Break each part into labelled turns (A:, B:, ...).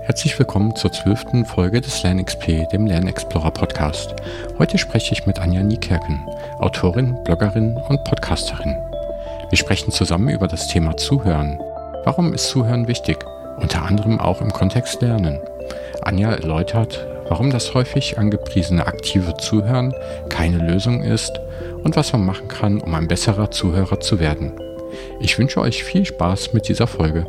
A: Herzlich willkommen zur 12. Folge des LernXP, dem Lernexplorer Podcast. Heute spreche ich mit Anja Niekerken, Autorin, Bloggerin und Podcasterin. Wir sprechen zusammen über das Thema Zuhören. Warum ist Zuhören wichtig? Unter anderem auch im Kontext Lernen. Anja erläutert, warum das häufig angepriesene aktive Zuhören keine Lösung ist und was man machen kann, um ein besserer Zuhörer zu werden. Ich wünsche euch viel Spaß mit dieser Folge.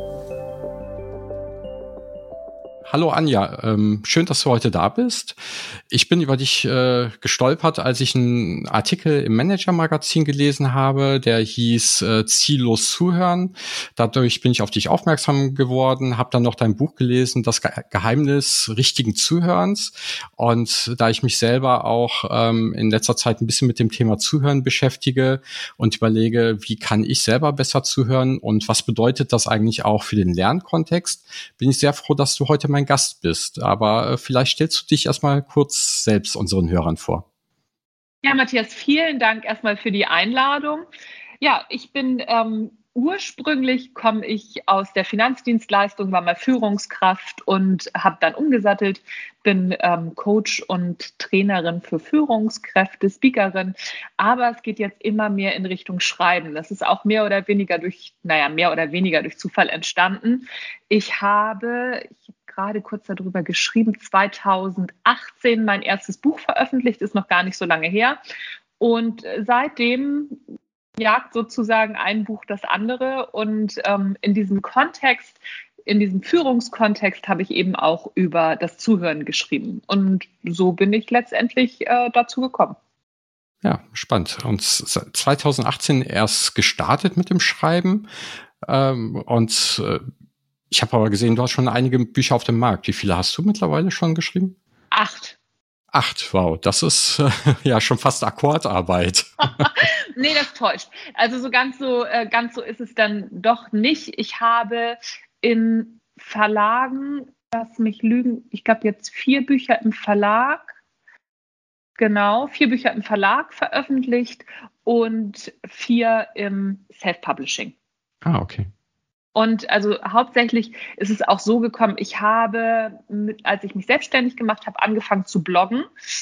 A: Hallo Anja, schön, dass du heute da bist. Ich bin über dich gestolpert, als ich einen Artikel im Manager-Magazin gelesen habe, der hieß Ziellos zuhören. Dadurch bin ich auf dich aufmerksam geworden, habe dann noch dein Buch gelesen, Das Geheimnis richtigen Zuhörens. Und da ich mich selber auch in letzter Zeit ein bisschen mit dem Thema Zuhören beschäftige und überlege, wie kann ich selber besser zuhören und was bedeutet das eigentlich auch für den Lernkontext, bin ich sehr froh, dass du heute mein Gast bist. Aber vielleicht stellst du dich erstmal kurz selbst unseren Hörern vor.
B: Ja, Matthias, vielen Dank erstmal für die Einladung. Ja, ich bin ursprünglich komme ich aus der Finanzdienstleistung, war mal Führungskraft und habe dann umgesattelt, bin Coach und Trainerin für Führungskräfte, Speakerin, aber es geht jetzt immer mehr in Richtung Schreiben. Das ist auch mehr oder weniger durch Zufall entstanden. Ich habe gerade kurz darüber geschrieben, 2018 mein erstes Buch veröffentlicht, ist noch gar nicht so lange her. Und seitdem jagt sozusagen ein Buch das andere. Und in diesem Kontext, in diesem Führungskontext habe ich eben auch über das Zuhören geschrieben. Und so bin ich letztendlich dazu gekommen.
A: Ja, spannend. Und 2018 erst gestartet mit dem Schreiben. Ich habe aber gesehen, du hast schon einige Bücher auf dem Markt. Wie viele hast du mittlerweile schon geschrieben?
B: 8.
A: 8, wow. Das ist ja schon fast Akkordarbeit.
B: Nee, das täuscht. Also ganz so ist es dann doch nicht. Ich habe in Verlagen, lass mich lügen, ich glaube jetzt 4 Bücher im Verlag. Genau, 4 Bücher im Verlag veröffentlicht und 4 im Self-Publishing.
A: Ah, okay.
B: Und also hauptsächlich ist es auch so gekommen, ich habe, als ich mich selbstständig gemacht habe, angefangen zu bloggen.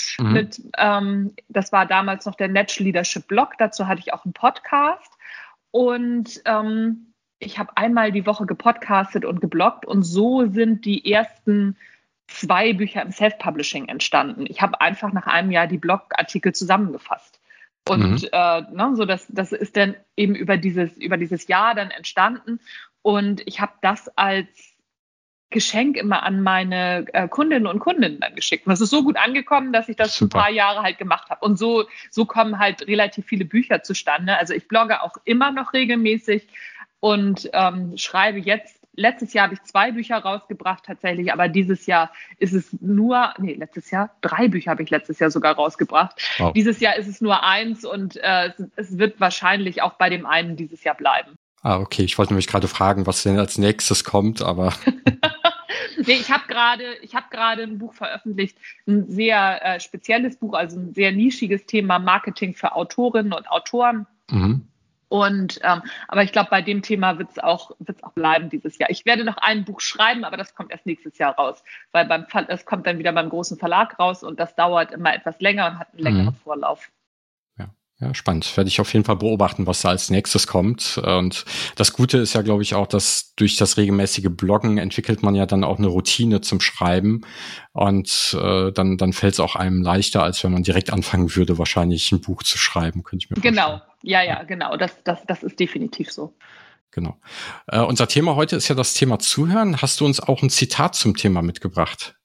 B: Das war damals noch der Natural Leadership Blog, dazu hatte ich auch einen Podcast. Und ich habe einmal die Woche gepodcastet und gebloggt und so sind die ersten 2 Bücher im Self-Publishing entstanden. Ich habe einfach nach einem Jahr die Blogartikel zusammengefasst. Und so das ist dann eben über dieses Jahr dann entstanden. Und ich habe das als Geschenk immer an meine Kundinnen und Kunden dann geschickt. Und das ist so gut angekommen, dass ich das ein paar Jahre halt gemacht habe. Und so kommen halt relativ viele Bücher zustande. Also ich blogge auch immer noch regelmäßig und schreibe jetzt. Letztes Jahr habe ich 2 Bücher rausgebracht tatsächlich, aber dieses Jahr ist es 3 Bücher habe ich letztes Jahr sogar rausgebracht. Wow. Dieses Jahr ist es nur 1 und es wird wahrscheinlich auch bei dem einen dieses Jahr bleiben.
A: Ah, okay. Ich wollte nämlich gerade fragen, was denn als nächstes kommt, aber...
B: Nee, ich habe gerade ein Buch veröffentlicht, ein sehr spezielles Buch, also ein sehr nischiges Thema Marketing für Autorinnen und Autoren.
A: Mhm.
B: Und aber ich glaube, bei dem Thema wird's auch bleiben dieses Jahr. Ich werde noch ein Buch schreiben, aber das kommt erst nächstes Jahr raus, weil es kommt dann wieder beim großen Verlag raus und das dauert immer etwas länger und hat einen längeren Vorlauf.
A: Ja, spannend. Werde ich auf jeden Fall beobachten, was da als nächstes kommt. Und das Gute ist ja, glaube ich, auch, dass durch das regelmäßige Bloggen entwickelt man ja dann auch eine Routine zum Schreiben. Und dann fällt es auch einem leichter, als wenn man direkt anfangen würde, wahrscheinlich ein Buch zu schreiben, könnte ich mir vorstellen.
B: Genau, ja, genau. Das ist definitiv so.
A: Genau. Unser Thema heute ist ja das Thema Zuhören. Hast du uns auch ein Zitat zum Thema mitgebracht?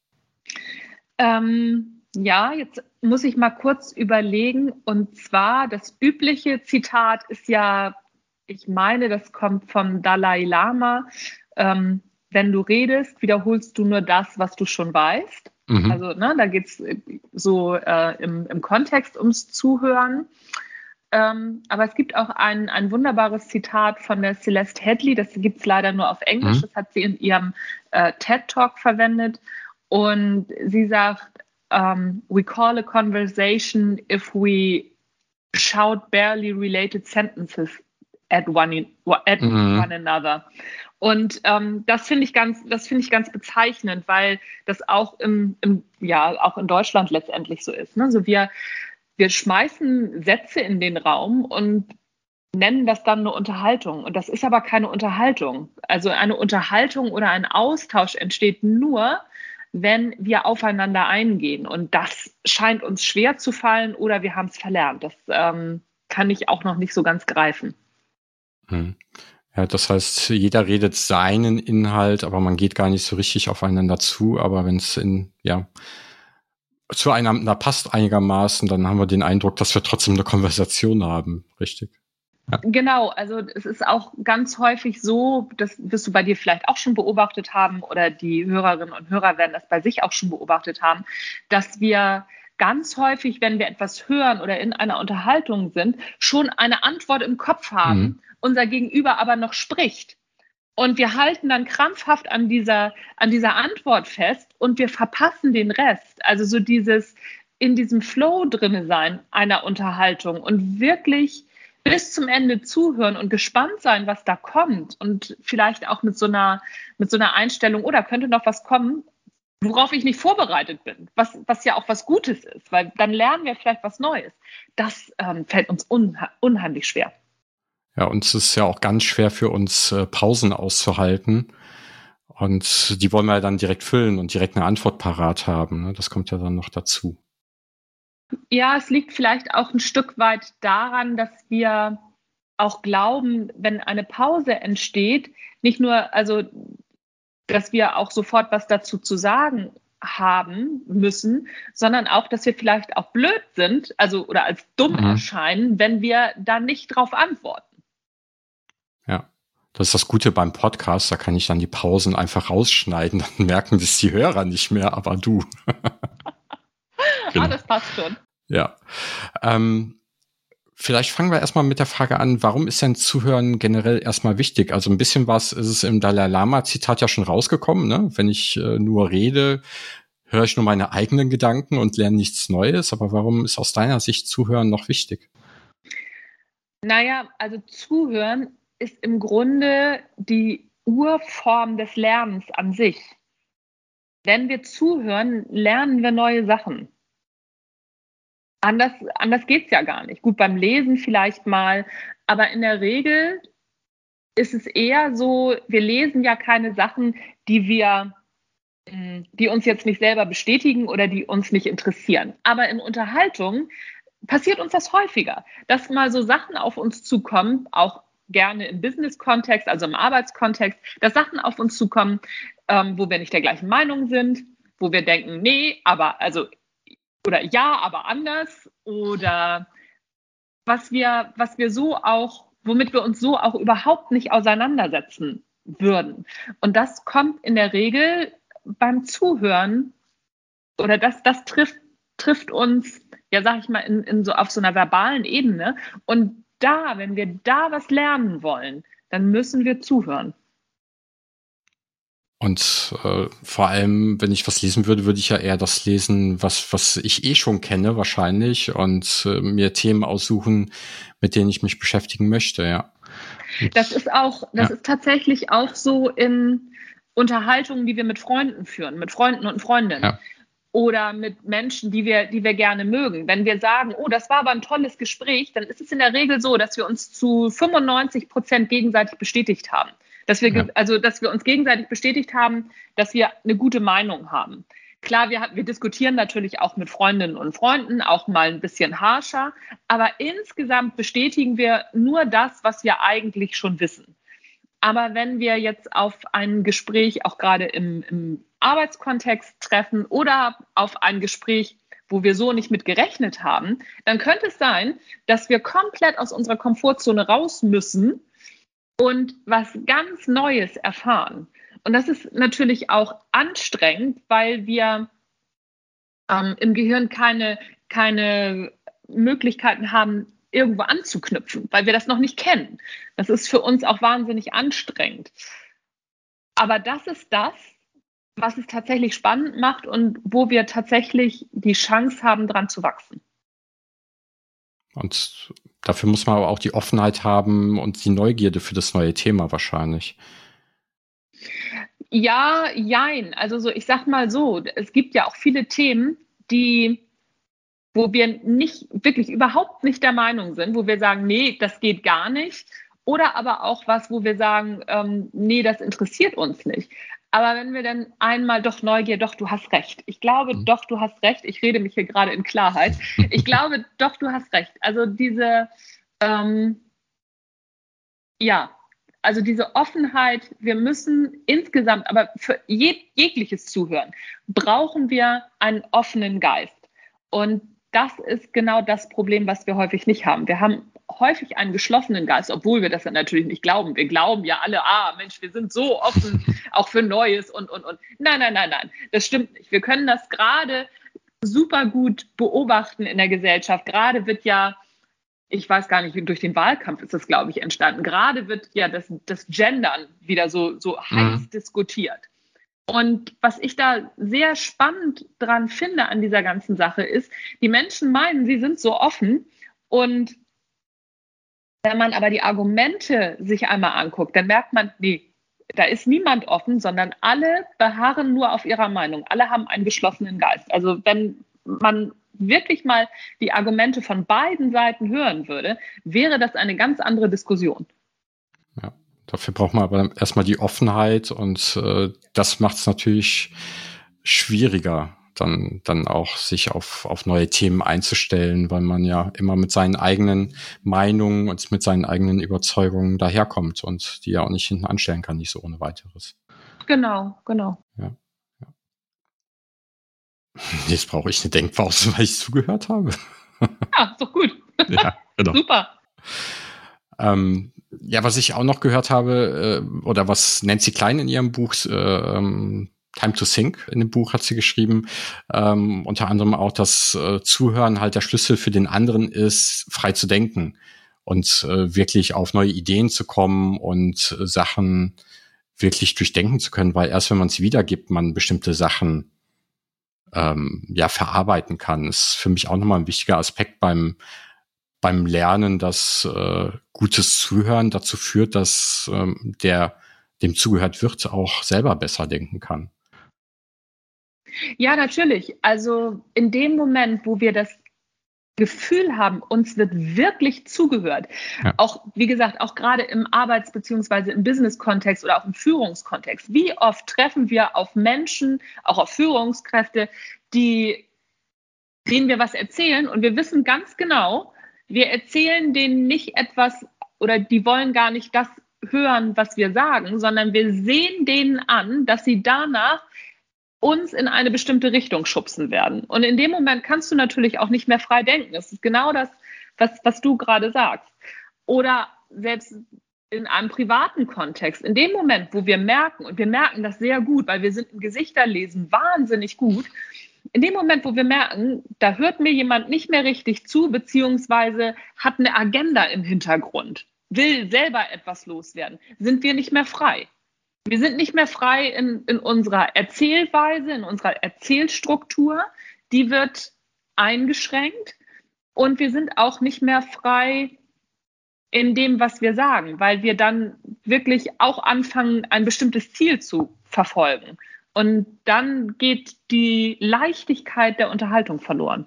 B: Ja, jetzt muss ich mal kurz überlegen. Und zwar, das übliche Zitat ist ja, ich meine, das kommt vom Dalai Lama. Wenn du redest, wiederholst du nur das, was du schon weißt. Mhm. Also da geht es so im Kontext ums Zuhören. Aber es gibt auch ein wunderbares Zitat von der Celeste Headlee. Das gibt es leider nur auf Englisch. Das hat sie in ihrem TED-Talk verwendet. Und sie sagt, we call a conversation if we shout barely related sentences at one another. Und das finde ich ganz bezeichnend, weil das auch auch in Deutschland letztendlich so ist. Ne? Also wir schmeißen Sätze in den Raum und nennen das dann eine Unterhaltung. Und das ist aber keine Unterhaltung. Also eine Unterhaltung oder ein Austausch entsteht nur, wenn wir aufeinander eingehen. Und das scheint uns schwer zu fallen oder wir haben es verlernt. Das kann ich auch noch nicht so ganz greifen.
A: Hm. Ja, das heißt, jeder redet seinen Inhalt, aber man geht gar nicht so richtig aufeinander zu. Aber wenn es zueinander passt einigermaßen, dann haben wir den Eindruck, dass wir trotzdem eine Konversation haben. Richtig.
B: Ja. Genau, also es ist auch ganz häufig so, das wirst du bei dir vielleicht auch schon beobachtet haben oder die Hörerinnen und Hörer werden das bei sich auch schon beobachtet haben, dass wir ganz häufig, wenn wir etwas hören oder in einer Unterhaltung sind, schon eine Antwort im Kopf haben, unser Gegenüber aber noch spricht. Und wir halten dann krampfhaft an dieser Antwort fest und wir verpassen den Rest. Also so dieses in diesem Flow drinne sein einer Unterhaltung und wirklich bis zum Ende zuhören und gespannt sein, was da kommt und vielleicht auch mit so einer Einstellung, oder könnte noch was kommen, worauf ich nicht vorbereitet bin, was ja auch was Gutes ist, weil dann lernen wir vielleicht was Neues. Das fällt uns unheimlich schwer.
A: Ja, und es ist ja auch ganz schwer für uns, Pausen auszuhalten. Und die wollen wir ja dann direkt füllen und direkt eine Antwort parat haben. Ne? Das kommt ja dann noch dazu.
B: Ja, es liegt vielleicht auch ein Stück weit daran, dass wir auch glauben, wenn eine Pause entsteht, nicht nur, also, dass wir auch sofort was dazu zu sagen haben müssen, sondern auch, dass wir vielleicht auch blöd sind, also oder als dumm erscheinen, wenn wir da nicht drauf antworten.
A: Ja, das ist das Gute beim Podcast, da kann ich dann die Pausen einfach rausschneiden, dann merken das die Hörer nicht mehr, aber du.
B: Genau. Das passt schon.
A: Ja. Vielleicht fangen wir erstmal mit der Frage an, warum ist denn Zuhören generell erstmal wichtig? Also ein bisschen was ist es im Dalai Lama-Zitat ja schon rausgekommen, ne? Wenn ich nur rede, höre ich nur meine eigenen Gedanken und lerne nichts Neues. Aber warum ist aus deiner Sicht Zuhören noch wichtig?
B: Naja, also Zuhören ist im Grunde die Urform des Lernens an sich. Wenn wir zuhören, lernen wir neue Sachen. Anders geht's ja gar nicht. Gut, beim Lesen vielleicht mal, aber in der Regel ist es eher so, wir lesen ja keine Sachen, die uns jetzt nicht selber bestätigen oder die uns nicht interessieren. Aber in Unterhaltung passiert uns das häufiger, dass mal so Sachen auf uns zukommen, auch gerne im Business-Kontext, also im Arbeitskontext, dass Sachen auf uns zukommen, wo wir nicht der gleichen Meinung sind, wo wir denken, nee, aber also oder ja, aber anders oder was wir so auch, womit wir uns so auch überhaupt nicht auseinandersetzen würden. Und das kommt in der Regel beim Zuhören oder das trifft uns, ja, sag ich mal, in so auf so einer verbalen Ebene. Und da, wenn wir da was lernen wollen, dann müssen wir zuhören.
A: Und vor allem, wenn ich was lesen würde, würde ich ja eher das lesen, was ich schon kenne wahrscheinlich und mir Themen aussuchen, mit denen ich mich beschäftigen möchte, ja.
B: Das ist tatsächlich auch so in Unterhaltungen, die wir mit Freunden führen, mit Freunden und Freundinnen. Ja. Oder mit Menschen, die wir gerne mögen. Wenn wir sagen, oh, das war aber ein tolles Gespräch, dann ist es in der Regel so, dass wir uns zu 95% gegenseitig bestätigt haben. Dass wir uns gegenseitig bestätigt haben, dass wir eine gute Meinung haben. Klar, wir diskutieren natürlich auch mit Freundinnen und Freunden, auch mal ein bisschen harscher, aber insgesamt bestätigen wir nur das, was wir eigentlich schon wissen. Aber wenn wir jetzt auf ein Gespräch auch gerade im Arbeitskontext treffen oder auf ein Gespräch, wo wir so nicht mit gerechnet haben, dann könnte es sein, dass wir komplett aus unserer Komfortzone raus müssen und was ganz Neues erfahren. Und das ist natürlich auch anstrengend, weil wir im Gehirn keine Möglichkeiten haben, irgendwo anzuknüpfen, weil wir das noch nicht kennen. Das ist für uns auch wahnsinnig anstrengend. Aber das ist das, was es tatsächlich spannend macht und wo wir tatsächlich die Chance haben, dran zu wachsen.
A: Und dafür muss man aber auch die Offenheit haben und die Neugierde für das neue Thema wahrscheinlich.
B: Ja, jein. Also so, ich sag mal so, es gibt ja auch viele Themen, wo wir nicht wirklich überhaupt nicht der Meinung sind, wo wir sagen, nee, das geht gar nicht. Oder aber auch was, wo wir sagen, nee, das interessiert uns nicht. Aber wenn wir dann einmal doch du hast recht. Ich glaube, doch, du hast recht. Ich rede mich hier gerade in Klarheit. Ich glaube, doch, du hast recht. Also also diese Offenheit, wir müssen insgesamt, aber für jegliches Zuhören, brauchen wir einen offenen Geist. Und das ist genau das Problem, was wir häufig nicht haben. Wir haben häufig einen geschlossenen Geist, obwohl wir das dann natürlich nicht glauben. Wir glauben ja alle, Mensch, wir sind so offen, auch für Neues und. Nein, das stimmt nicht. Wir können das gerade super gut beobachten in der Gesellschaft. Gerade wird ja, ich weiß gar nicht, durch den Wahlkampf ist das, glaube ich, entstanden. Gerade wird ja das Gendern wieder so heiß diskutiert. Und was ich da sehr spannend dran finde an dieser ganzen Sache ist, die Menschen meinen, sie sind so offen. Und wenn man aber die Argumente sich einmal anguckt, dann merkt man, nee, da ist niemand offen, sondern alle beharren nur auf ihrer Meinung. Alle haben einen geschlossenen Geist. Also wenn man wirklich mal die Argumente von beiden Seiten hören würde, wäre das eine ganz andere Diskussion.
A: Ja, dafür braucht man aber erstmal die Offenheit und das macht es natürlich schwieriger, dann auch sich auf neue Themen einzustellen, weil man ja immer mit seinen eigenen Meinungen und mit seinen eigenen Überzeugungen daherkommt und die ja auch nicht hinten anstellen kann, nicht so ohne weiteres.
B: Genau.
A: Ja. Jetzt brauche ich eine Denkpause, weil ich zugehört habe.
B: Ja, ist doch gut.
A: Ja, genau.
B: Super.
A: Was ich auch noch gehört habe, oder was Nancy Klein in ihrem Buch Time to Think in dem Buch hat sie geschrieben, unter anderem auch, dass Zuhören halt der Schlüssel für den anderen ist, frei zu denken und wirklich auf neue Ideen zu kommen und Sachen wirklich durchdenken zu können, weil erst wenn man es wiedergibt, man bestimmte Sachen verarbeiten kann. Das ist für mich auch nochmal ein wichtiger Aspekt beim Lernen, dass gutes Zuhören dazu führt, dass dem zugehört wird, auch selber besser denken kann.
B: Ja, natürlich. Also in dem Moment, wo wir das Gefühl haben, uns wird wirklich zugehört, auch, wie gesagt, auch gerade im Arbeits- bzw. im Business-Kontext oder auch im Führungskontext. Wie oft treffen wir auf Menschen, auch auf Führungskräfte, denen wir was erzählen und wir wissen ganz genau, wir erzählen denen nicht etwas oder die wollen gar nicht das hören, was wir sagen, sondern wir sehen denen an, dass sie danach uns in eine bestimmte Richtung schubsen werden. Und in dem Moment kannst du natürlich auch nicht mehr frei denken. Das ist genau das, was du gerade sagst. Oder selbst in einem privaten Kontext, in dem Moment, wo wir merken, und wir merken das sehr gut, weil wir sind im Gesichterlesen wahnsinnig gut, in dem Moment, wo wir merken, da hört mir jemand nicht mehr richtig zu, beziehungsweise hat eine Agenda im Hintergrund, will selber etwas loswerden, sind wir nicht mehr frei. Wir sind nicht mehr frei in unserer Erzählweise, in unserer Erzählstruktur. Die wird eingeschränkt und wir sind auch nicht mehr frei in dem, was wir sagen, weil wir dann wirklich auch anfangen, ein bestimmtes Ziel zu verfolgen. Und dann geht die Leichtigkeit der Unterhaltung verloren.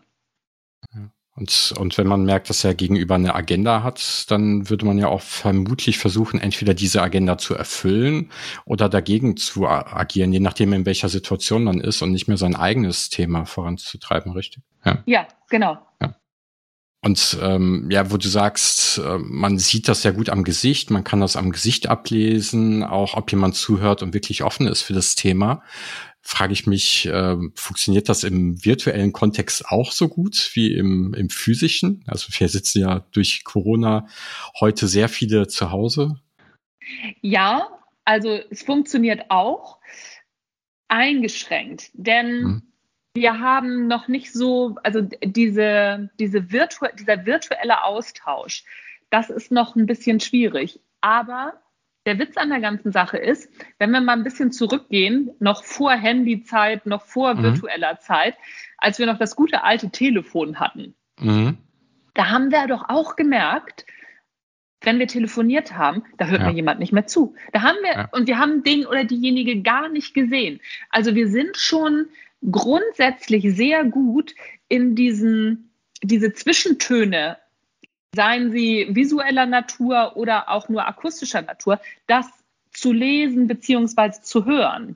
A: Und wenn man merkt, dass der Gegenüber eine Agenda hat, dann würde man ja auch vermutlich versuchen, entweder diese Agenda zu erfüllen oder dagegen zu agieren, je nachdem, in welcher Situation man ist und nicht mehr sein eigenes Thema voranzutreiben, richtig?
B: Ja, genau.
A: Ja. Und wo du sagst, man sieht das ja gut am Gesicht, man kann das am Gesicht ablesen, auch ob jemand zuhört und wirklich offen ist für das Thema. Frage ich mich, funktioniert das im virtuellen Kontext auch so gut wie im physischen? Also wir sitzen ja durch Corona heute sehr viele zu Hause.
B: Ja, also es funktioniert auch eingeschränkt, denn wir haben noch nicht so, also dieser virtuelle Austausch, das ist noch ein bisschen schwierig. Aber der Witz an der ganzen Sache ist, wenn wir mal ein bisschen zurückgehen, noch vor Handyzeit, noch vor virtueller Zeit, als wir noch das gute alte Telefon hatten, da haben wir doch auch gemerkt, wenn wir telefoniert haben, da hört mir jemand nicht mehr zu. Da haben wir, und wir haben den oder diejenige gar nicht gesehen. Also wir sind schon grundsätzlich sehr gut in diese Zwischentöne, seien sie visueller Natur oder auch nur akustischer Natur, das zu lesen bzw. zu hören.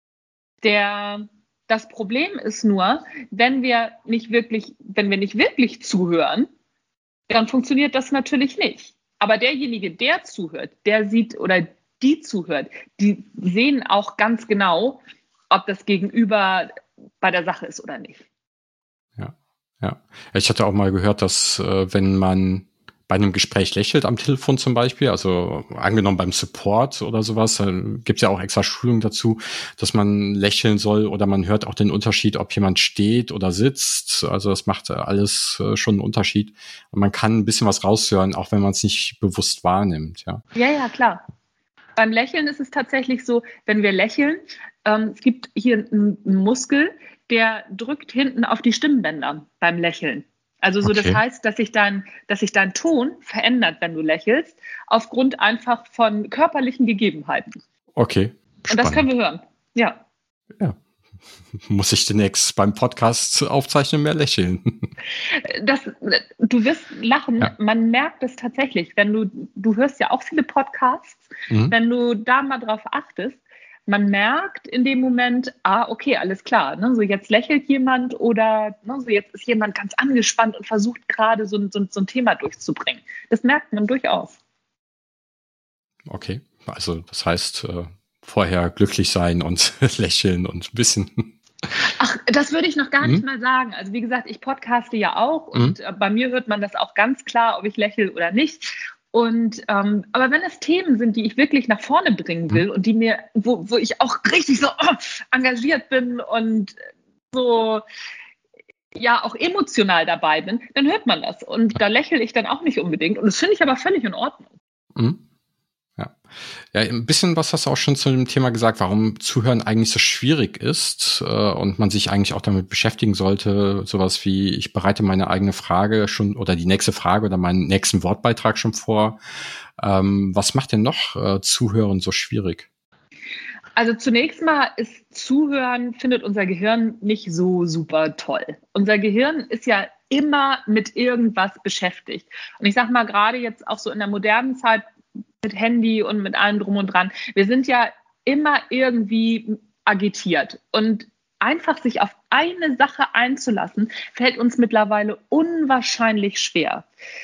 B: Das Problem ist nur, wenn wir nicht wirklich zuhören, dann funktioniert das natürlich nicht. Aber derjenige, der zuhört, der sieht oder die zuhört, die sehen auch ganz genau, ob das Gegenüber bei der Sache ist oder nicht.
A: Ja. Ich hatte auch mal gehört, dass wenn man bei einem Gespräch lächelt am Telefon zum Beispiel, also angenommen beim Support oder sowas, gibt es ja auch extra Schulungen dazu, dass man lächeln soll oder man hört auch den Unterschied, ob jemand steht oder sitzt. Also das macht alles schon einen Unterschied. Und man kann ein bisschen was raushören, auch wenn man es nicht bewusst wahrnimmt.
B: Ja, klar. Beim Lächeln ist es tatsächlich so, wenn wir lächeln, es gibt hier einen Muskel, der drückt hinten auf die Stimmbänder beim Lächeln. Also so, das heißt, dass sich dein Ton verändert, wenn du lächelst, aufgrund einfach von körperlichen Gegebenheiten.
A: Okay.
B: Spannend. Und das können wir hören. Ja.
A: Muss ich demnächst beim Podcast aufzeichnen mehr lächeln?
B: Du wirst lachen. Ja. Man merkt es tatsächlich, wenn du hörst ja auch viele Podcasts, wenn du da mal drauf achtest, man merkt in dem Moment, okay, alles klar, ne, so jetzt lächelt jemand oder ne, so jetzt ist jemand ganz angespannt und versucht gerade so ein Thema durchzubringen. Das merkt man durchaus.
A: Okay, also das heißt, vorher glücklich sein und lächeln und ein bisschen.
B: Ach, das würde ich noch gar nicht mal sagen. Also wie gesagt, ich podcaste ja auch und bei mir hört man das auch ganz klar, ob ich lächle oder nicht. Und aber wenn es Themen sind, die ich wirklich nach vorne bringen will und die mir, wo ich auch richtig so engagiert bin und so ja auch emotional dabei bin, dann hört man das. Und da lächle ich dann auch nicht unbedingt. Und das finde ich aber völlig in Ordnung.
A: Ja, ein bisschen was hast du auch schon zu dem Thema gesagt, warum Zuhören eigentlich so schwierig ist und man sich eigentlich auch damit beschäftigen sollte, sowas wie, ich bereite meine eigene Frage schon oder die nächste Frage oder meinen nächsten Wortbeitrag schon vor. Was macht denn noch Zuhören so schwierig?
B: Also zunächst mal ist Zuhören, findet unser Gehirn nicht so super toll. Unser Gehirn ist ja immer mit irgendwas beschäftigt. Und ich sag mal, gerade jetzt auch so in der modernen Zeit, mit Handy und mit allem drum und dran. Wir sind ja immer irgendwie agitiert und einfach sich auf eine Sache einzulassen, fällt uns mittlerweile unwahrscheinlich schwer.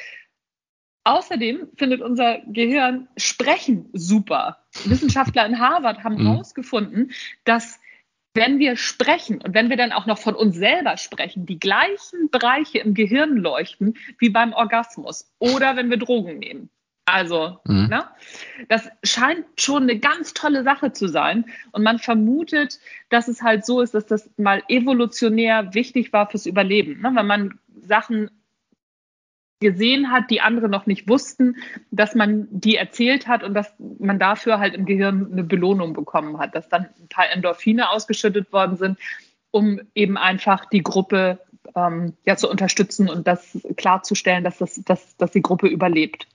B: Außerdem findet unser Gehirn Sprechen super. Wissenschaftler in Harvard haben herausgefunden, dass wenn wir sprechen und wenn wir dann auch noch von uns selber sprechen, die gleichen Bereiche im Gehirn leuchten wie beim Orgasmus oder wenn wir Drogen nehmen. Also, ne? Das scheint schon eine ganz tolle Sache zu sein. Und man vermutet, dass es halt so ist, dass das mal evolutionär wichtig war fürs Überleben. Ne? Wenn man Sachen gesehen hat, die andere noch nicht wussten, dass man die erzählt hat und dass man dafür halt im Gehirn eine Belohnung bekommen hat, dass dann ein paar Endorphine ausgeschüttet worden sind, um eben einfach die Gruppe zu unterstützen und das klarzustellen, dass die Gruppe überlebt.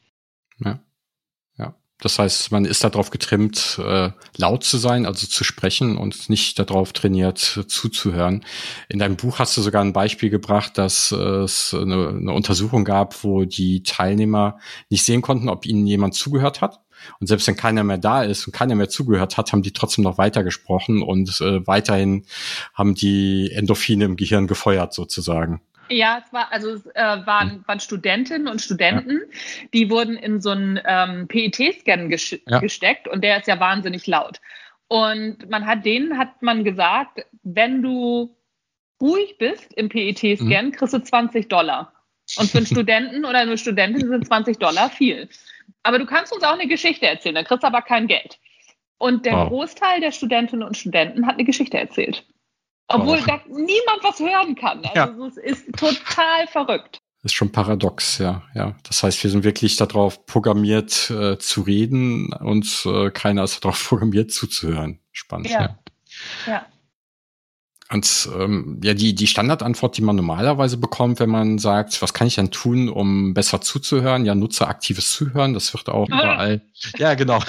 A: Ja. Das heißt, man ist darauf getrimmt, laut zu sein, also zu sprechen und nicht darauf trainiert, zuzuhören. In deinem Buch hast du sogar ein Beispiel gebracht, dass es eine Untersuchung gab, wo die Teilnehmer nicht sehen konnten, ob ihnen jemand zugehört hat. Und selbst wenn keiner mehr da ist und keiner mehr zugehört hat, haben die trotzdem noch weitergesprochen und weiterhin haben die Endorphine im Gehirn gefeuert sozusagen.
B: Ja, es waren Studentinnen und Studenten, die wurden in so einen PET-Scan gesteckt und der ist ja wahnsinnig laut. Und denen hat man gesagt, wenn du ruhig bist im PET-Scan, kriegst du $20. Und für einen Studenten oder eine Studentin sind $20 viel. Aber du kannst uns auch eine Geschichte erzählen, dann kriegst du aber kein Geld. Und der Großteil der Studentinnen und Studenten hat eine Geschichte erzählt. Obwohl da niemand was hören kann. Also es ist total verrückt.
A: Das ist schon paradox, ja. Das heißt, wir sind wirklich darauf programmiert, zu reden und keiner ist darauf programmiert, zuzuhören. Spannend,
B: ja.
A: Und ja, die Standardantwort, die man normalerweise bekommt, wenn man sagt, was kann ich denn tun, um besser zuzuhören? Ja, nutze aktives Zuhören. Das wird auch überall. Ja, genau.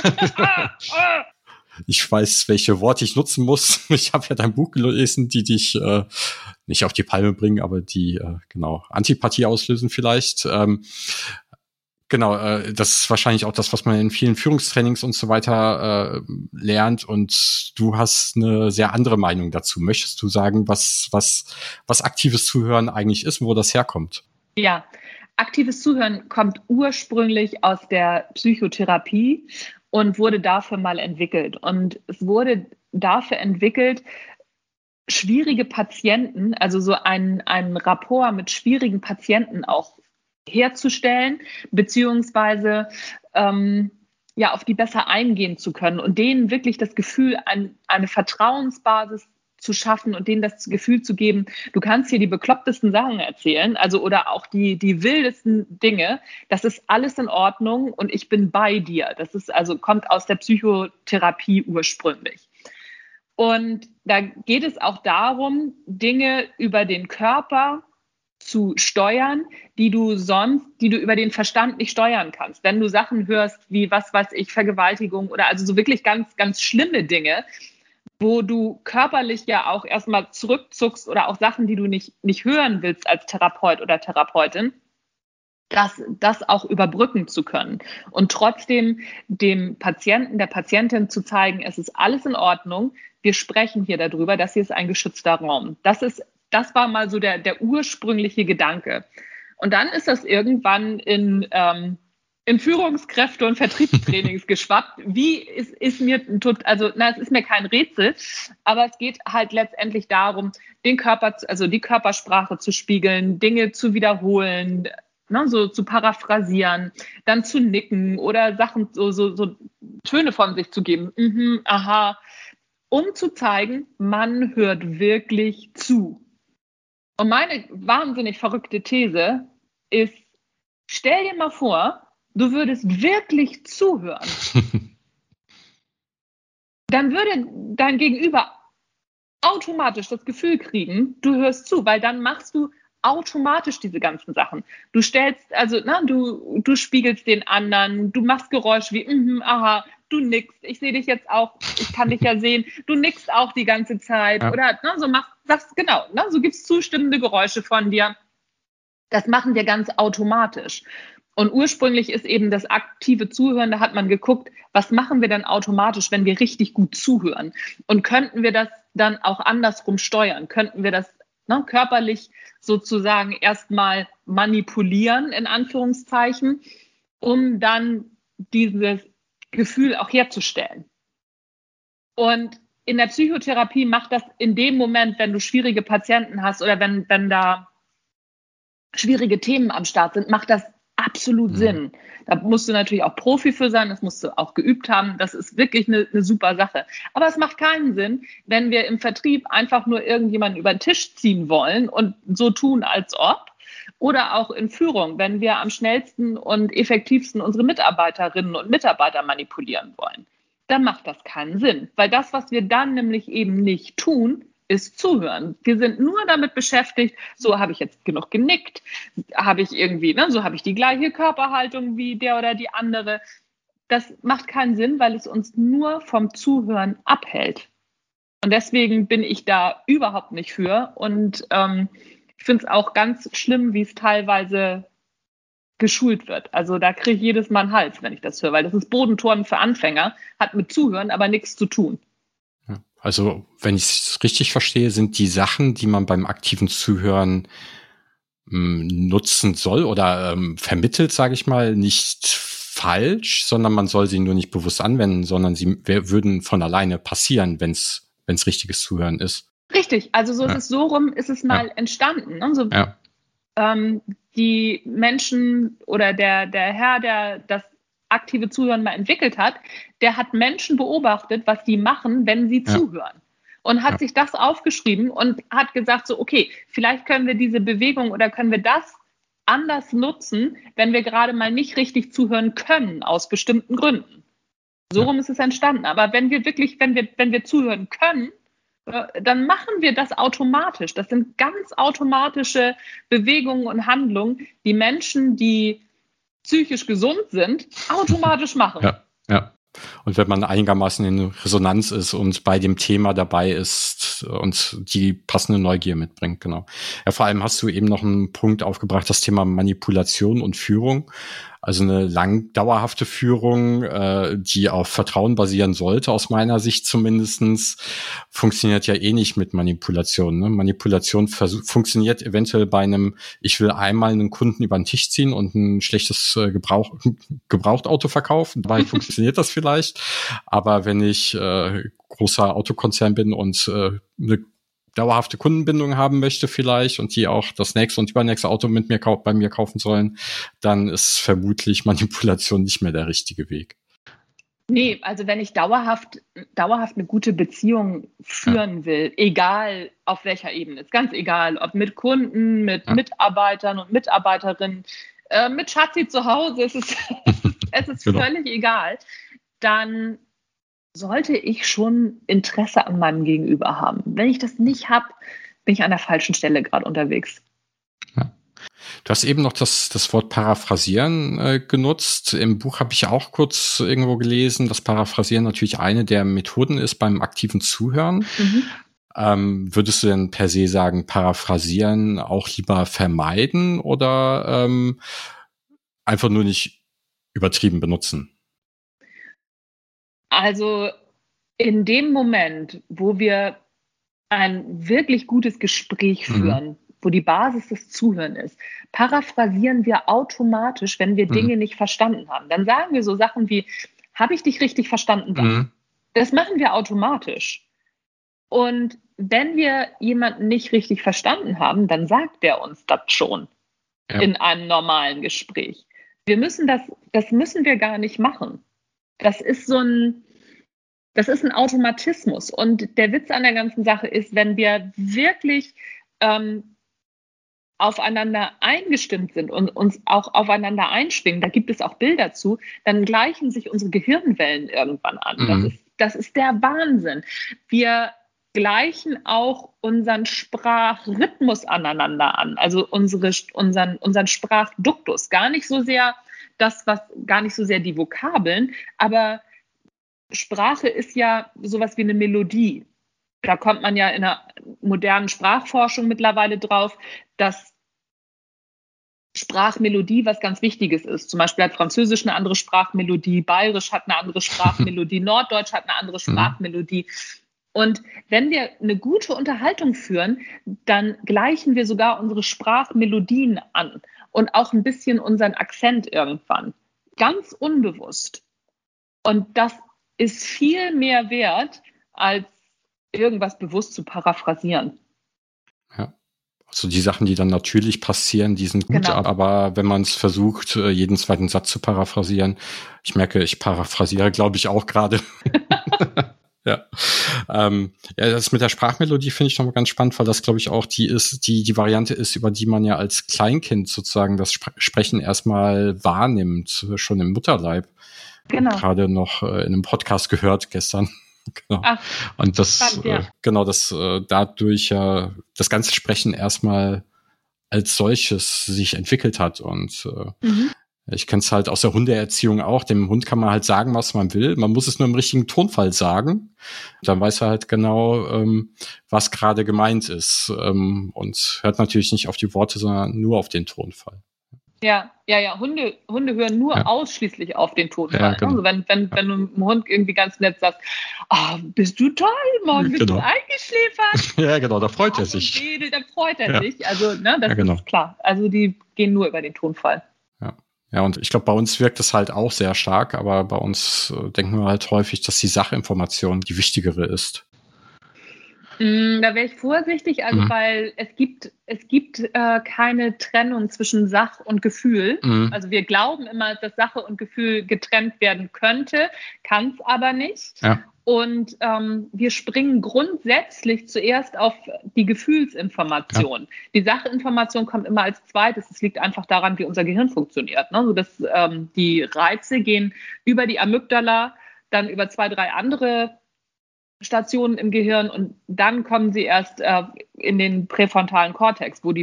A: Ich weiß, welche Worte ich nutzen muss. Ich habe ja dein Buch gelesen, die dich nicht auf die Palme bringen, aber die genau Antipathie auslösen vielleicht. Genau, das ist wahrscheinlich auch das, was man in vielen Führungstrainings und so weiter lernt. Und du hast eine sehr andere Meinung dazu. Möchtest du sagen, was aktives Zuhören eigentlich ist und wo das herkommt?
B: Ja, aktives Zuhören kommt ursprünglich aus der Psychotherapie und wurde dafür mal entwickelt. Und es wurde dafür entwickelt, schwierige Patienten, also so ein Rapport mit schwierigen Patienten auch herzustellen, beziehungsweise ja, auf die besser eingehen zu können und denen wirklich das Gefühl, eine Vertrauensbasis zu schaffen und denen das Gefühl zu geben, du kannst hier die beklopptesten Sachen erzählen, also oder auch die wildesten Dinge, das ist alles in Ordnung und ich bin bei dir. Das ist also kommt aus der Psychotherapie ursprünglich. Und da geht es auch darum, Dinge über den Körper zu steuern, die du über den Verstand nicht steuern kannst. Wenn du Sachen hörst wie, was weiß ich, Vergewaltigung oder also so wirklich ganz, ganz schlimme Dinge, wo du körperlich ja auch erstmal zurückzuckst oder auch Sachen, die du nicht hören willst als Therapeut oder Therapeutin, das auch überbrücken zu können und trotzdem dem Patienten, der Patientin zu zeigen, es ist alles in Ordnung, wir sprechen hier darüber, das hier ist ein geschützter Raum. Das war mal so der ursprüngliche Gedanke. Und dann ist das irgendwann in Führungskräfte- und Vertriebstrainings geschwappt. Es ist mir kein Rätsel, aber es geht halt letztendlich darum, die Körpersprache zu spiegeln, Dinge zu wiederholen, ne, so zu paraphrasieren, dann zu nicken oder Sachen, so Töne von sich zu geben. Aha, um zu zeigen, man hört wirklich zu. Und meine wahnsinnig verrückte These ist, stell dir mal vor, du würdest wirklich zuhören. Dann würde dein Gegenüber automatisch das Gefühl kriegen, du hörst zu, weil dann machst du automatisch diese ganzen Sachen. Du du spiegelst den anderen, du machst Geräusche wie, aha, du nickst, ich sehe dich jetzt auch, ich kann dich ja sehen, du nickst auch die ganze Zeit oder so gibt's zustimmende Geräusche von dir. Das machen wir ganz automatisch. Und ursprünglich ist eben das aktive Zuhören, da hat man geguckt, was machen wir denn automatisch, wenn wir richtig gut zuhören? Und könnten wir das dann auch andersrum steuern? Könnten wir das körperlich sozusagen erstmal manipulieren, in Anführungszeichen, um dann dieses Gefühl auch herzustellen? Und in der Psychotherapie macht das in dem Moment, wenn du schwierige Patienten hast oder wenn da schwierige Themen am Start sind, macht das absolut Sinn. Da musst du natürlich auch Profi für sein, das musst du auch geübt haben. Das ist wirklich eine super Sache. Aber es macht keinen Sinn, wenn wir im Vertrieb einfach nur irgendjemanden über den Tisch ziehen wollen und so tun, als ob. Oder auch in Führung, wenn wir am schnellsten und effektivsten unsere Mitarbeiterinnen und Mitarbeiter manipulieren wollen. Dann macht das keinen Sinn. Weil das, was wir dann nämlich eben nicht tun, ist zuhören. Wir sind nur damit beschäftigt, so habe ich jetzt genug genickt, habe ich irgendwie, so habe ich die gleiche Körperhaltung wie der oder die andere. Das macht keinen Sinn, weil es uns nur vom Zuhören abhält. Und deswegen bin ich da überhaupt nicht für. Und ich finde es auch ganz schlimm, wie es teilweise geschult wird. Also da kriege ich jedes Mal einen Hals, wenn ich das höre, weil das ist Bodenturnen für Anfänger, hat mit Zuhören aber nichts zu tun.
A: Also, wenn ich es richtig verstehe, sind die Sachen, die man beim aktiven Zuhören nutzen soll oder vermittelt, sage ich mal, nicht falsch, sondern man soll sie nur nicht bewusst anwenden, sondern sie würden von alleine passieren, wenn es richtiges Zuhören ist.
B: Richtig, also ist es mal entstanden. Ne? Die Menschen oder der Herr, der das aktive Zuhören mal entwickelt hat, der hat Menschen beobachtet, was die machen, wenn sie zuhören. Und hat sich das aufgeschrieben und hat gesagt so, okay, vielleicht können wir diese Bewegung oder können wir das anders nutzen, wenn wir gerade mal nicht richtig zuhören können, aus bestimmten Gründen. So rum ist es entstanden. Aber wenn wir zuhören können, dann machen wir das automatisch. Das sind ganz automatische Bewegungen und Handlungen, die Menschen, die psychisch gesund sind, automatisch machen.
A: Ja, ja. Und wenn man einigermaßen in Resonanz ist und bei dem Thema dabei ist und die passende Neugier mitbringt, genau. Ja, vor allem hast du eben noch einen Punkt aufgebracht, das Thema Manipulation und Führung. Also eine dauerhafte Führung, die auf Vertrauen basieren sollte, aus meiner Sicht zumindestens, funktioniert ja eh nicht mit Manipulation. Ne? Manipulation funktioniert eventuell bei einem, ich will einmal einen Kunden über den Tisch ziehen und ein schlechtes Gebrauchtauto verkaufen. Dabei funktioniert das vielleicht. Aber wenn ich großer Autokonzern bin und eine dauerhafte Kundenbindung haben möchte vielleicht und die auch das nächste und übernächste Auto bei mir kaufen sollen, dann ist vermutlich Manipulation nicht mehr der richtige Weg.
B: Nee, also wenn ich dauerhaft eine gute Beziehung führen will, egal auf welcher Ebene, ist ganz egal, ob mit Kunden, mit Mitarbeitern und Mitarbeiterinnen, mit Schatzi zu Hause, es ist genau. Völlig egal, dann sollte ich schon Interesse an meinem Gegenüber haben. Wenn ich das nicht habe, bin ich an der falschen Stelle gerade unterwegs.
A: Ja. Du hast eben noch das Wort Paraphrasieren genutzt. Im Buch habe ich auch kurz irgendwo gelesen, dass Paraphrasieren natürlich eine der Methoden ist beim aktiven Zuhören. Würdest du denn per se sagen, Paraphrasieren auch lieber vermeiden oder einfach nur nicht übertrieben benutzen?
B: Also in dem Moment, wo wir ein wirklich gutes Gespräch führen, wo die Basis des Zuhören ist, paraphrasieren wir automatisch, wenn wir Dinge nicht verstanden haben. Dann sagen wir so Sachen wie, habe ich dich richtig verstanden? Das machen wir automatisch. Und wenn wir jemanden nicht richtig verstanden haben, dann sagt der uns das schon in einem normalen Gespräch. Das müssen wir gar nicht machen. Das ist ein Automatismus. Und der Witz an der ganzen Sache ist, wenn wir wirklich aufeinander eingestimmt sind und uns auch aufeinander einschwingen, da gibt es auch Bilder zu, dann gleichen sich unsere Gehirnwellen irgendwann an. Das ist der Wahnsinn. Wir gleichen auch unseren Sprachrhythmus aneinander an, also unseren Sprachduktus. Gar nicht so sehr die Vokabeln, aber Sprache ist ja sowas wie eine Melodie. Da kommt man ja in der modernen Sprachforschung mittlerweile drauf, dass Sprachmelodie was ganz Wichtiges ist. Zum Beispiel hat Französisch eine andere Sprachmelodie, Bayerisch hat eine andere Sprachmelodie, Norddeutsch hat eine andere Sprachmelodie. Und wenn wir eine gute Unterhaltung führen, dann gleichen wir sogar unsere Sprachmelodien an und auch ein bisschen unseren Akzent irgendwann. Ganz unbewusst. Und das ist viel mehr wert, als irgendwas bewusst zu paraphrasieren.
A: Ja, also die Sachen, die dann natürlich passieren, die sind gut, aber wenn man es versucht, jeden zweiten Satz zu paraphrasieren, ich merke, ich paraphrasiere, glaube ich, auch gerade. Ja. Das mit der Sprachmelodie finde ich nochmal ganz spannend, weil das, glaube ich, auch die Variante ist, über die man ja als Kleinkind sozusagen das Sprechen erstmal wahrnimmt, schon im Mutterleib. Genau. Gerade noch in einem Podcast gehört gestern. Genau. Ach, und das, spannend, dadurch ja das ganze Sprechen erstmal als solches sich entwickelt hat. Und ich kenne es halt aus der Hundeerziehung auch. Dem Hund kann man halt sagen, was man will. Man muss es nur im richtigen Tonfall sagen. Dann weiß er halt genau, was gerade gemeint ist. Und hört natürlich nicht auf die Worte, sondern nur auf den Tonfall.
B: Ja. Hunde hören nur ausschließlich auf den Tonfall. Ja, genau. Also wenn du einem Hund irgendwie ganz nett sagst, bist du toll, morgen bist du eingeschläfert.
A: Ja, genau, da freut er sich.
B: Da freut er sich. Also, das ist klar. Also die gehen nur über den Tonfall.
A: Ja, und ich glaube, bei uns wirkt es halt auch sehr stark, aber bei uns denken wir halt häufig, dass die Sachinformation die wichtigere ist.
B: Da wäre ich vorsichtig, weil es gibt keine Trennung zwischen Sach und Gefühl. Also wir glauben immer, dass Sache und Gefühl getrennt werden könnte, kann es aber nicht. Ja. Und wir springen grundsätzlich zuerst auf die Gefühlsinformation. Ja. Die Sachinformation kommt immer als zweites. Es liegt einfach daran, wie unser Gehirn funktioniert. Ne? Also die Reize gehen über die Amygdala, dann über 2, 3 andere Stationen im Gehirn und dann kommen sie erst in den präfrontalen Kortex, wo die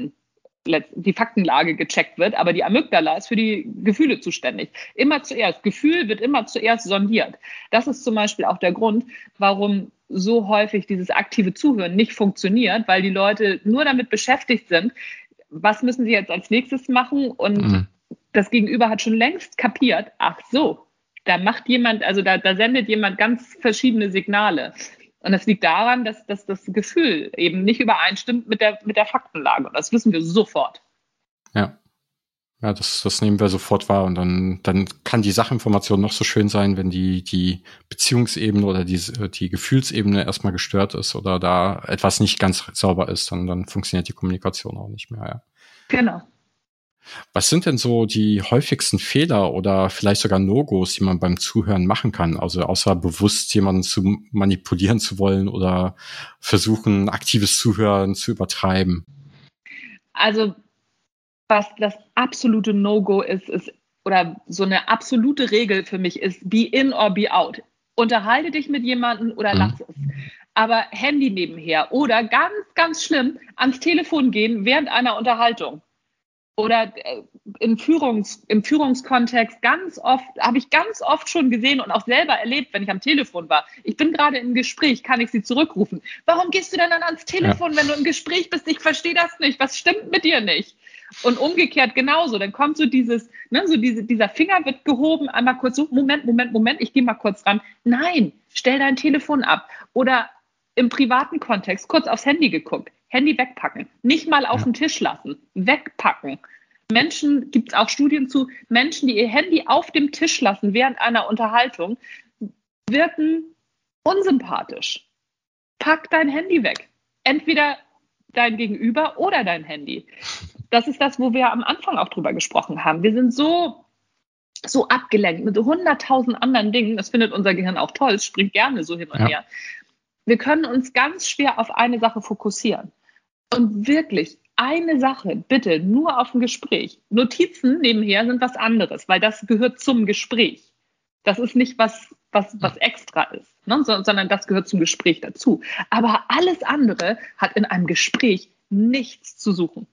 B: Faktenlage gecheckt wird, aber die Amygdala ist für die Gefühle zuständig. Immer zuerst. Gefühl wird immer zuerst sondiert. Das ist zum Beispiel auch der Grund, warum so häufig dieses aktive Zuhören nicht funktioniert, weil die Leute nur damit beschäftigt sind, was müssen sie jetzt als nächstes machen und das Gegenüber hat schon längst kapiert, ach so, da macht jemand, also da sendet jemand ganz verschiedene Signale. Und das liegt daran, dass das Gefühl eben nicht übereinstimmt mit der Faktenlage. Und das wissen wir sofort.
A: Ja. Ja, das nehmen wir sofort wahr. Und dann kann die Sachinformation noch so schön sein, wenn die Beziehungsebene oder die Gefühlsebene erstmal gestört ist oder da etwas nicht ganz sauber ist, dann funktioniert die Kommunikation auch nicht mehr. Ja.
B: Genau.
A: Was sind denn so die häufigsten Fehler oder vielleicht sogar No-Gos, die man beim Zuhören machen kann? Also außer bewusst jemanden zu manipulieren zu wollen oder versuchen, aktives Zuhören zu übertreiben.
B: Also was das absolute No-Go ist oder so eine absolute Regel für mich ist, be in or be out. Unterhalte dich mit jemandem oder lass es. Aber Handy nebenher oder ganz, ganz schlimm, ans Telefon gehen während einer Unterhaltung. Oder im Führungskontext habe ich ganz oft schon gesehen und auch selber erlebt, wenn ich am Telefon war. Ich bin gerade im Gespräch, kann ich Sie zurückrufen? Warum gehst du denn dann ans Telefon, wenn du im Gespräch bist? Ich verstehe das nicht. Was stimmt mit dir nicht? Und umgekehrt genauso. Dann kommt so dieser Finger wird gehoben, einmal kurz so, Moment, ich gehe mal kurz ran. Nein, stell dein Telefon ab. Oder im privaten Kontext kurz aufs Handy geguckt. Handy wegpacken, nicht mal auf den Tisch lassen, wegpacken. Gibt es auch Studien zu, Menschen, die ihr Handy auf dem Tisch lassen während einer Unterhaltung, wirken unsympathisch. Pack dein Handy weg. Entweder dein Gegenüber oder dein Handy. Das ist das, wo wir am Anfang auch drüber gesprochen haben. Wir sind so abgelenkt mit 100.000 anderen Dingen. Das findet unser Gehirn auch toll. Es springt gerne so hin und her. Wir können uns ganz schwer auf eine Sache fokussieren. Und wirklich eine Sache, bitte, nur auf ein Gespräch. Notizen nebenher sind was anderes, weil das gehört zum Gespräch. Das ist nicht was extra ist, ne? Sondern das gehört zum Gespräch dazu. Aber alles andere hat in einem Gespräch nichts zu suchen.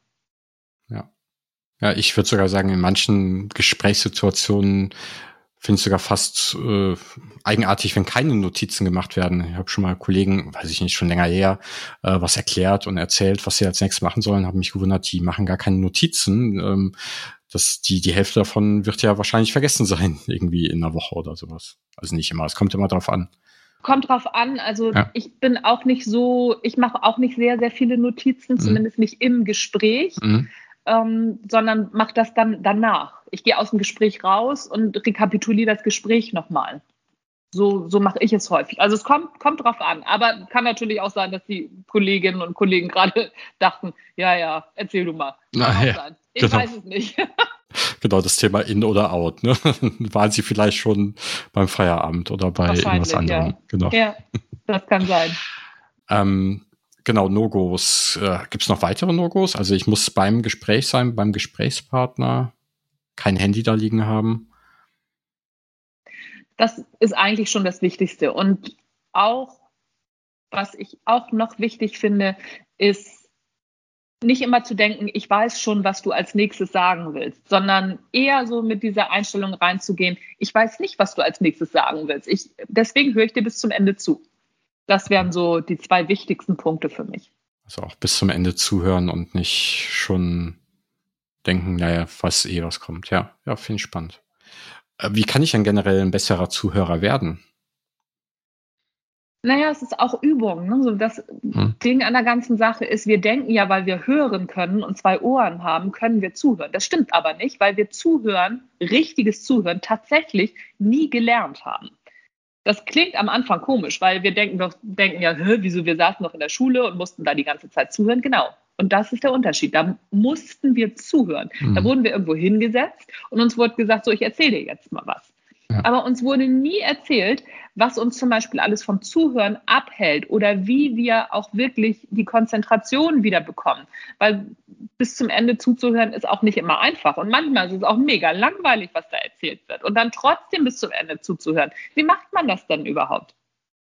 A: Ja, ich würde sogar sagen, in manchen Gesprächssituationen finde ich sogar fast eigenartig, wenn keine Notizen gemacht werden. Ich habe schon mal Kollegen, weiß ich nicht, schon länger her, was erklärt und erzählt, was sie als nächstes machen sollen. Habe mich gewundert, die machen gar keine Notizen. Die Hälfte davon wird ja wahrscheinlich vergessen sein, irgendwie in einer Woche oder sowas. Also nicht immer, es kommt immer drauf an.
B: Kommt drauf an, also ich mache auch nicht sehr, sehr viele Notizen, zumindest nicht im Gespräch. Sondern mache das dann danach. Ich gehe aus dem Gespräch raus und rekapituliere das Gespräch nochmal. So mache ich es häufig. Also es kommt drauf an. Aber kann natürlich auch sein, dass die Kolleginnen und Kollegen gerade dachten, ja, erzähl du mal. Ich weiß es nicht.
A: Genau, das Thema in oder out. Ne? Waren sie vielleicht schon beim Feierabend oder bei irgendwas anderem.
B: Ja. Genau. Ja, das kann sein.
A: Genau, No-Gos. Gibt es noch weitere No-Gos? Also ich muss beim Gespräch sein, beim Gesprächspartner, kein Handy da liegen haben.
B: Das ist eigentlich schon das Wichtigste. Und auch, was ich auch noch wichtig finde, ist nicht immer zu denken, ich weiß schon, was du als nächstes sagen willst, sondern eher so mit dieser Einstellung reinzugehen, ich weiß nicht, was du als nächstes sagen willst. Deswegen höre ich dir bis zum Ende zu. Das wären so die 2 wichtigsten Punkte für mich.
A: Also auch bis zum Ende zuhören und nicht schon denken, naja, was kommt. Ja, finde ich spannend. Wie kann ich denn generell ein besserer Zuhörer werden?
B: Naja, es ist auch Übung. Ne? So das Ding an der ganzen Sache ist, wir denken ja, weil wir hören können und 2 Ohren haben, können wir zuhören. Das stimmt aber nicht, weil wir richtiges Zuhören tatsächlich nie gelernt haben. Das klingt am Anfang komisch, weil wir denken ja, wieso, wir saßen noch in der Schule und mussten da die ganze Zeit zuhören. Genau. Und das ist der Unterschied. Da mussten wir zuhören. Da wurden wir irgendwo hingesetzt und uns wurde gesagt, so, ich erzähle dir jetzt mal was. Ja. Aber uns wurde nie erzählt, was uns zum Beispiel alles vom Zuhören abhält oder wie wir auch wirklich die Konzentration wieder bekommen. Weil bis zum Ende zuzuhören ist auch nicht immer einfach. Und manchmal ist es auch mega langweilig, was da erzählt wird. Und dann trotzdem bis zum Ende zuzuhören. Wie macht man das denn überhaupt?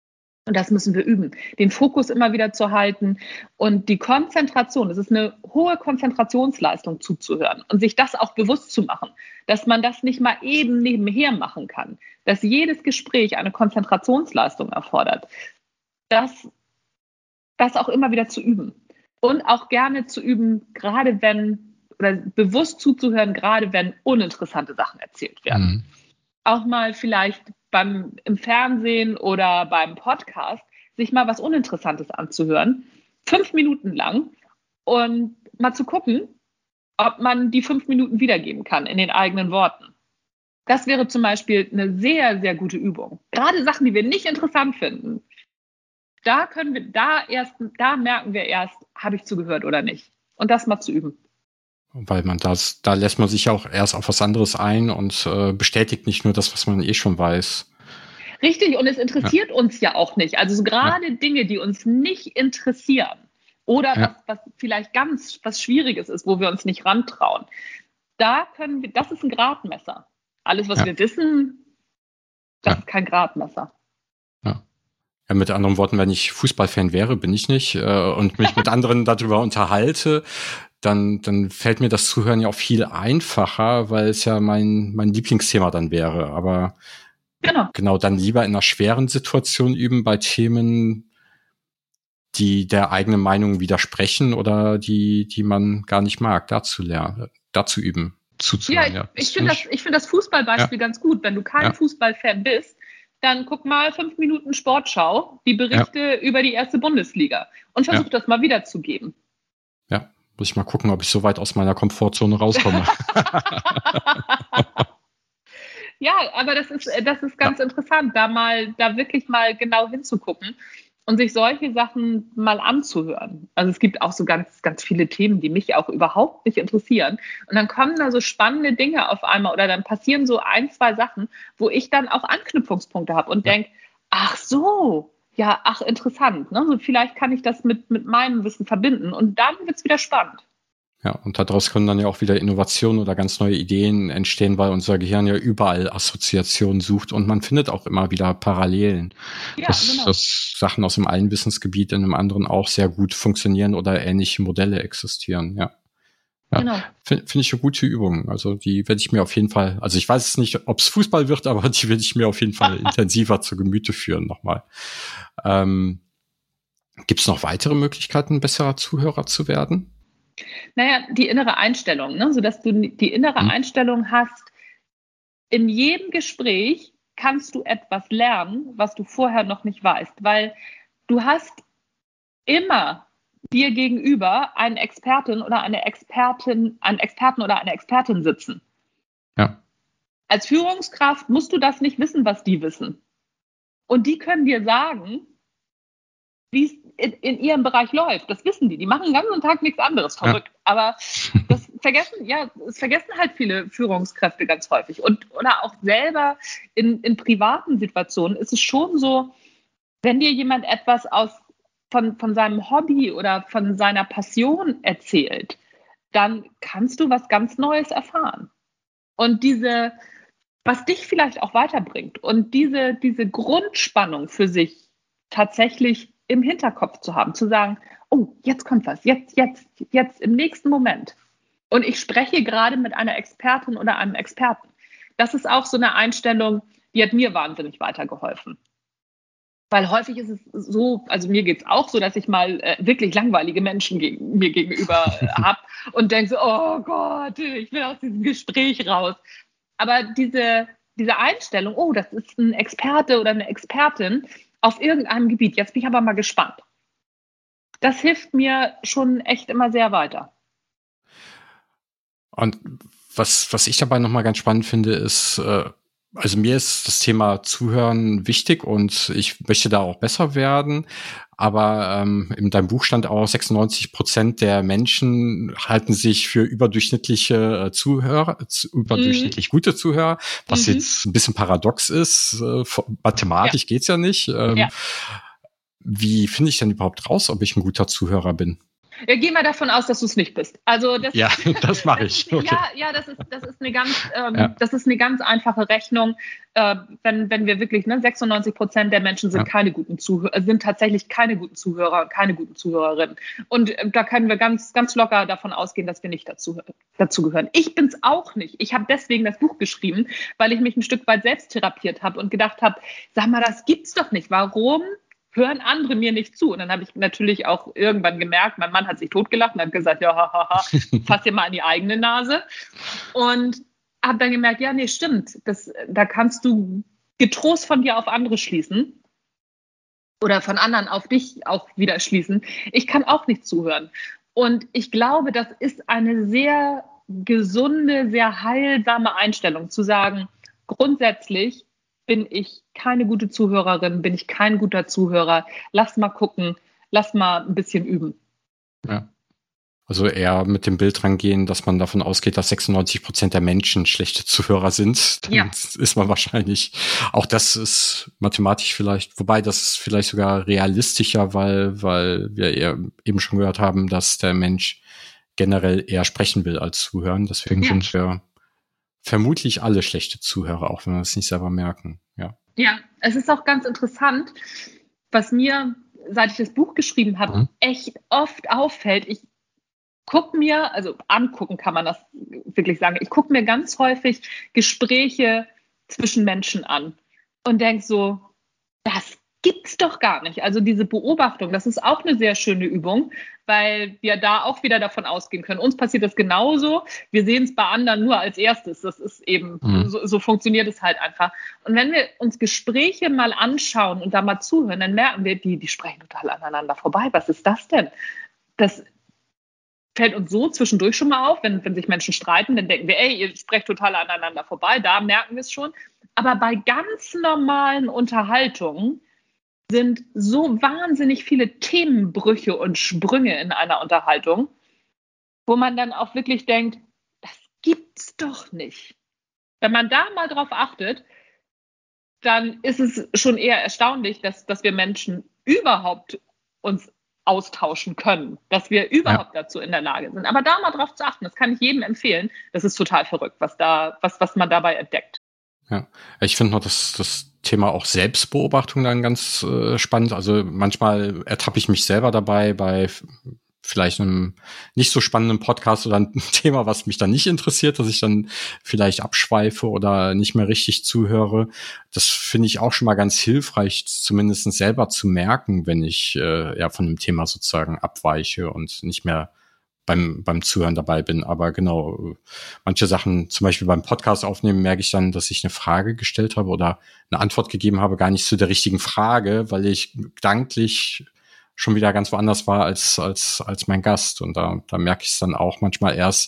B: Und das müssen wir üben, den Fokus immer wieder zu halten und die Konzentration. Es ist eine hohe Konzentrationsleistung zuzuhören und sich das auch bewusst zu machen, dass man das nicht mal eben nebenher machen kann, dass jedes Gespräch eine Konzentrationsleistung erfordert. Das auch immer wieder zu üben und auch gerne zu üben, gerade wenn, oder bewusst zuzuhören, gerade wenn uninteressante Sachen erzählt werden.
A: Mhm.
B: Auch mal vielleicht im Fernsehen oder beim Podcast sich mal was Uninteressantes anzuhören, 5 Minuten lang und mal zu gucken, ob man die 5 Minuten wiedergeben kann in den eigenen Worten. Das wäre zum Beispiel eine sehr, sehr gute Übung. Gerade Sachen, die wir nicht interessant finden, da merken wir erst, habe ich zugehört oder nicht. Und das mal zu üben.
A: Weil da lässt man sich ja auch erst auf was anderes ein und bestätigt nicht nur das, was man schon weiß.
B: Richtig, und es interessiert uns ja auch nicht. Also so gerade Dinge, die uns nicht interessieren oder was vielleicht was Schwieriges ist, wo wir uns nicht rantrauen, das ist ein Gradmesser. Alles, was wir wissen, das ist kein Gradmesser.
A: Ja, mit anderen Worten, wenn ich Fußballfan wäre, bin ich nicht, und mich mit anderen darüber unterhalte, dann fällt mir das Zuhören ja auch viel einfacher, weil es ja mein Lieblingsthema dann wäre. Aber genau, dann lieber in einer schweren Situation üben bei Themen, die der eigenen Meinung widersprechen oder die man gar nicht mag, dazu üben, zuzuhören.
B: Ja, ich finde das Fußballbeispiel ganz gut. Wenn du kein Fußballfan bist, dann guck mal 5 Minuten Sportschau, die Berichte über die erste Bundesliga und versuch das mal wiederzugeben.
A: Ja, muss ich mal gucken, ob ich so weit aus meiner Komfortzone rauskomme.
B: Ja, aber das ist ganz interessant, da wirklich mal genau hinzugucken und sich solche Sachen mal anzuhören. Also es gibt auch so ganz, ganz viele Themen, die mich auch überhaupt nicht interessieren. Und dann kommen da so spannende Dinge auf einmal oder dann passieren so 1, 2 Sachen, wo ich dann auch Anknüpfungspunkte habe und denke, ach so, ja, ach interessant. Ne? So vielleicht kann ich das mit meinem Wissen verbinden und dann wird es wieder spannend.
A: Ja, und daraus können dann ja auch wieder Innovationen oder ganz neue Ideen entstehen, weil unser Gehirn ja überall Assoziationen sucht und man findet auch immer wieder Parallelen. Ja, dass Sachen aus dem einen Wissensgebiet in einem anderen auch sehr gut funktionieren oder ähnliche Modelle existieren, ja. Genau. Finde ich eine gute Übung. Also die werde ich mir auf jeden Fall, also ich weiß es nicht, ob es Fußball wird, aber die werde ich mir auf jeden Fall intensiver zu Gemüte führen nochmal. Gibt es noch weitere Möglichkeiten, besserer Zuhörer zu werden?
B: Naja, die innere Einstellung, ne? Sodass du die innere Einstellung hast, in jedem Gespräch kannst du etwas lernen, was du vorher noch nicht weißt, weil du hast immer dir gegenüber einen Expertin oder einen Experten oder eine Expertin sitzen.
A: Ja.
B: Als Führungskraft musst du das nicht wissen, was die wissen. Und die können dir sagen, wie es in ihrem Bereich läuft. Das wissen die. Die machen den ganzen Tag nichts anderes. Verrückt. Ja. Aber das vergessen halt viele Führungskräfte ganz häufig. Oder auch selber in privaten Situationen ist es schon so, wenn dir jemand etwas von seinem Hobby oder von seiner Passion erzählt, dann kannst du was ganz Neues erfahren. Und was dich vielleicht auch weiterbringt und diese Grundspannung für sich tatsächlich im Hinterkopf zu haben, zu sagen, oh, jetzt kommt was, jetzt, im nächsten Moment. Und ich spreche gerade mit einer Expertin oder einem Experten. Das ist auch so eine Einstellung, die hat mir wahnsinnig weitergeholfen. Weil häufig ist es so, also mir geht es auch so, dass ich mal wirklich langweilige Menschen mir gegenüber habe und denke so, oh Gott, ich will aus diesem Gespräch raus. Aber diese Einstellung, oh, das ist ein Experte oder eine Expertin auf irgendeinem Gebiet, jetzt bin ich aber mal gespannt. Das hilft mir schon echt immer sehr weiter.
A: Und was ich dabei nochmal ganz spannend finde, ist, also mir ist das Thema Zuhören wichtig und ich möchte da auch besser werden. Aber in deinem Buch stand auch, 96% der Menschen halten sich für überdurchschnittliche Zuhörer, überdurchschnittlich gute Zuhörer, was jetzt ein bisschen paradox ist. Mathematisch geht's ja nicht. Wie finde ich denn überhaupt raus, ob ich ein guter Zuhörer bin?
B: Ja, geh mal davon aus, dass du es nicht bist. Also
A: das mache ich.
B: Okay. Das ist eine ganz einfache Rechnung. Wenn wir wirklich, 96% der Menschen sind sind tatsächlich keine guten Zuhörer, keine guten Zuhörerinnen. Und da können wir ganz, ganz locker davon ausgehen, dass wir nicht dazu gehören. Ich bin's auch nicht. Ich habe deswegen das Buch geschrieben, weil ich mich ein Stück weit selbst therapiert habe und gedacht habe, sag mal, das gibt's doch nicht. Warum hören andere mir nicht zu? Und dann habe ich natürlich auch irgendwann gemerkt, mein Mann hat sich totgelacht und hat gesagt, ja, hahaha, fass dir mal an die eigene Nase. Und habe dann gemerkt, ja, nee, stimmt. Da kannst du getrost von dir auf andere schließen oder von anderen auf dich auch wieder schließen. Ich kann auch nicht zuhören. Und ich glaube, das ist eine sehr gesunde, sehr heilsame Einstellung, zu sagen, grundsätzlich bin ich keine gute Zuhörerin, bin ich kein guter Zuhörer. Lass mal gucken, lass mal ein bisschen üben.
A: Ja. Also eher mit dem Bild rangehen, dass man davon ausgeht, dass 96% der Menschen schlechte Zuhörer sind. Dann ist man wahrscheinlich, auch das ist mathematisch vielleicht, wobei das ist vielleicht sogar realistischer, weil wir eben schon gehört haben, dass der Mensch generell eher sprechen will als zuhören. Deswegen sind wir vermutlich alle schlechte Zuhörer, auch wenn wir es nicht selber merken.
B: Ja, es ist auch ganz interessant, was mir, seit ich das Buch geschrieben habe, echt oft auffällt. Ich gucke mir, also angucken kann man das wirklich sagen, ich gucke mir ganz häufig Gespräche zwischen Menschen an und denke so, das gibt's doch gar nicht. Also diese Beobachtung, das ist auch eine sehr schöne Übung, weil wir da auch wieder davon ausgehen können. Uns passiert das genauso. Wir sehen es bei anderen nur als erstes. Das ist eben, so funktioniert es halt einfach. Und wenn wir uns Gespräche mal anschauen und da mal zuhören, dann merken wir, die sprechen total aneinander vorbei. Was ist das denn? Das fällt uns so zwischendurch schon mal auf, wenn sich Menschen streiten, dann denken wir, ey, ihr sprecht total aneinander vorbei. Da merken wir es schon. Aber bei ganz normalen Unterhaltungen sind so wahnsinnig viele Themenbrüche und Sprünge in einer Unterhaltung, wo man dann auch wirklich denkt, das gibt's doch nicht. Wenn man da mal drauf achtet, dann ist es schon eher erstaunlich, dass wir Menschen überhaupt uns austauschen können, dass wir überhaupt dazu in der Lage sind. Aber da mal drauf zu achten, das kann ich jedem empfehlen. Das ist total verrückt, was man dabei entdeckt.
A: Ja, ich finde noch das Thema auch Selbstbeobachtung dann ganz spannend. Also manchmal ertappe ich mich selber dabei bei vielleicht einem nicht so spannenden Podcast oder ein Thema, was mich dann nicht interessiert, dass ich dann vielleicht abschweife oder nicht mehr richtig zuhöre. Das finde ich auch schon mal ganz hilfreich, zumindest selber zu merken, wenn ich von dem Thema sozusagen abweiche und nicht mehr beim Zuhören dabei bin. Aber genau, manche Sachen, zum Beispiel beim Podcast aufnehmen, merke ich dann, dass ich eine Frage gestellt habe oder eine Antwort gegeben habe, gar nicht zu der richtigen Frage, weil ich gedanklich schon wieder ganz woanders war als mein Gast. Und da merke ich es dann auch manchmal erst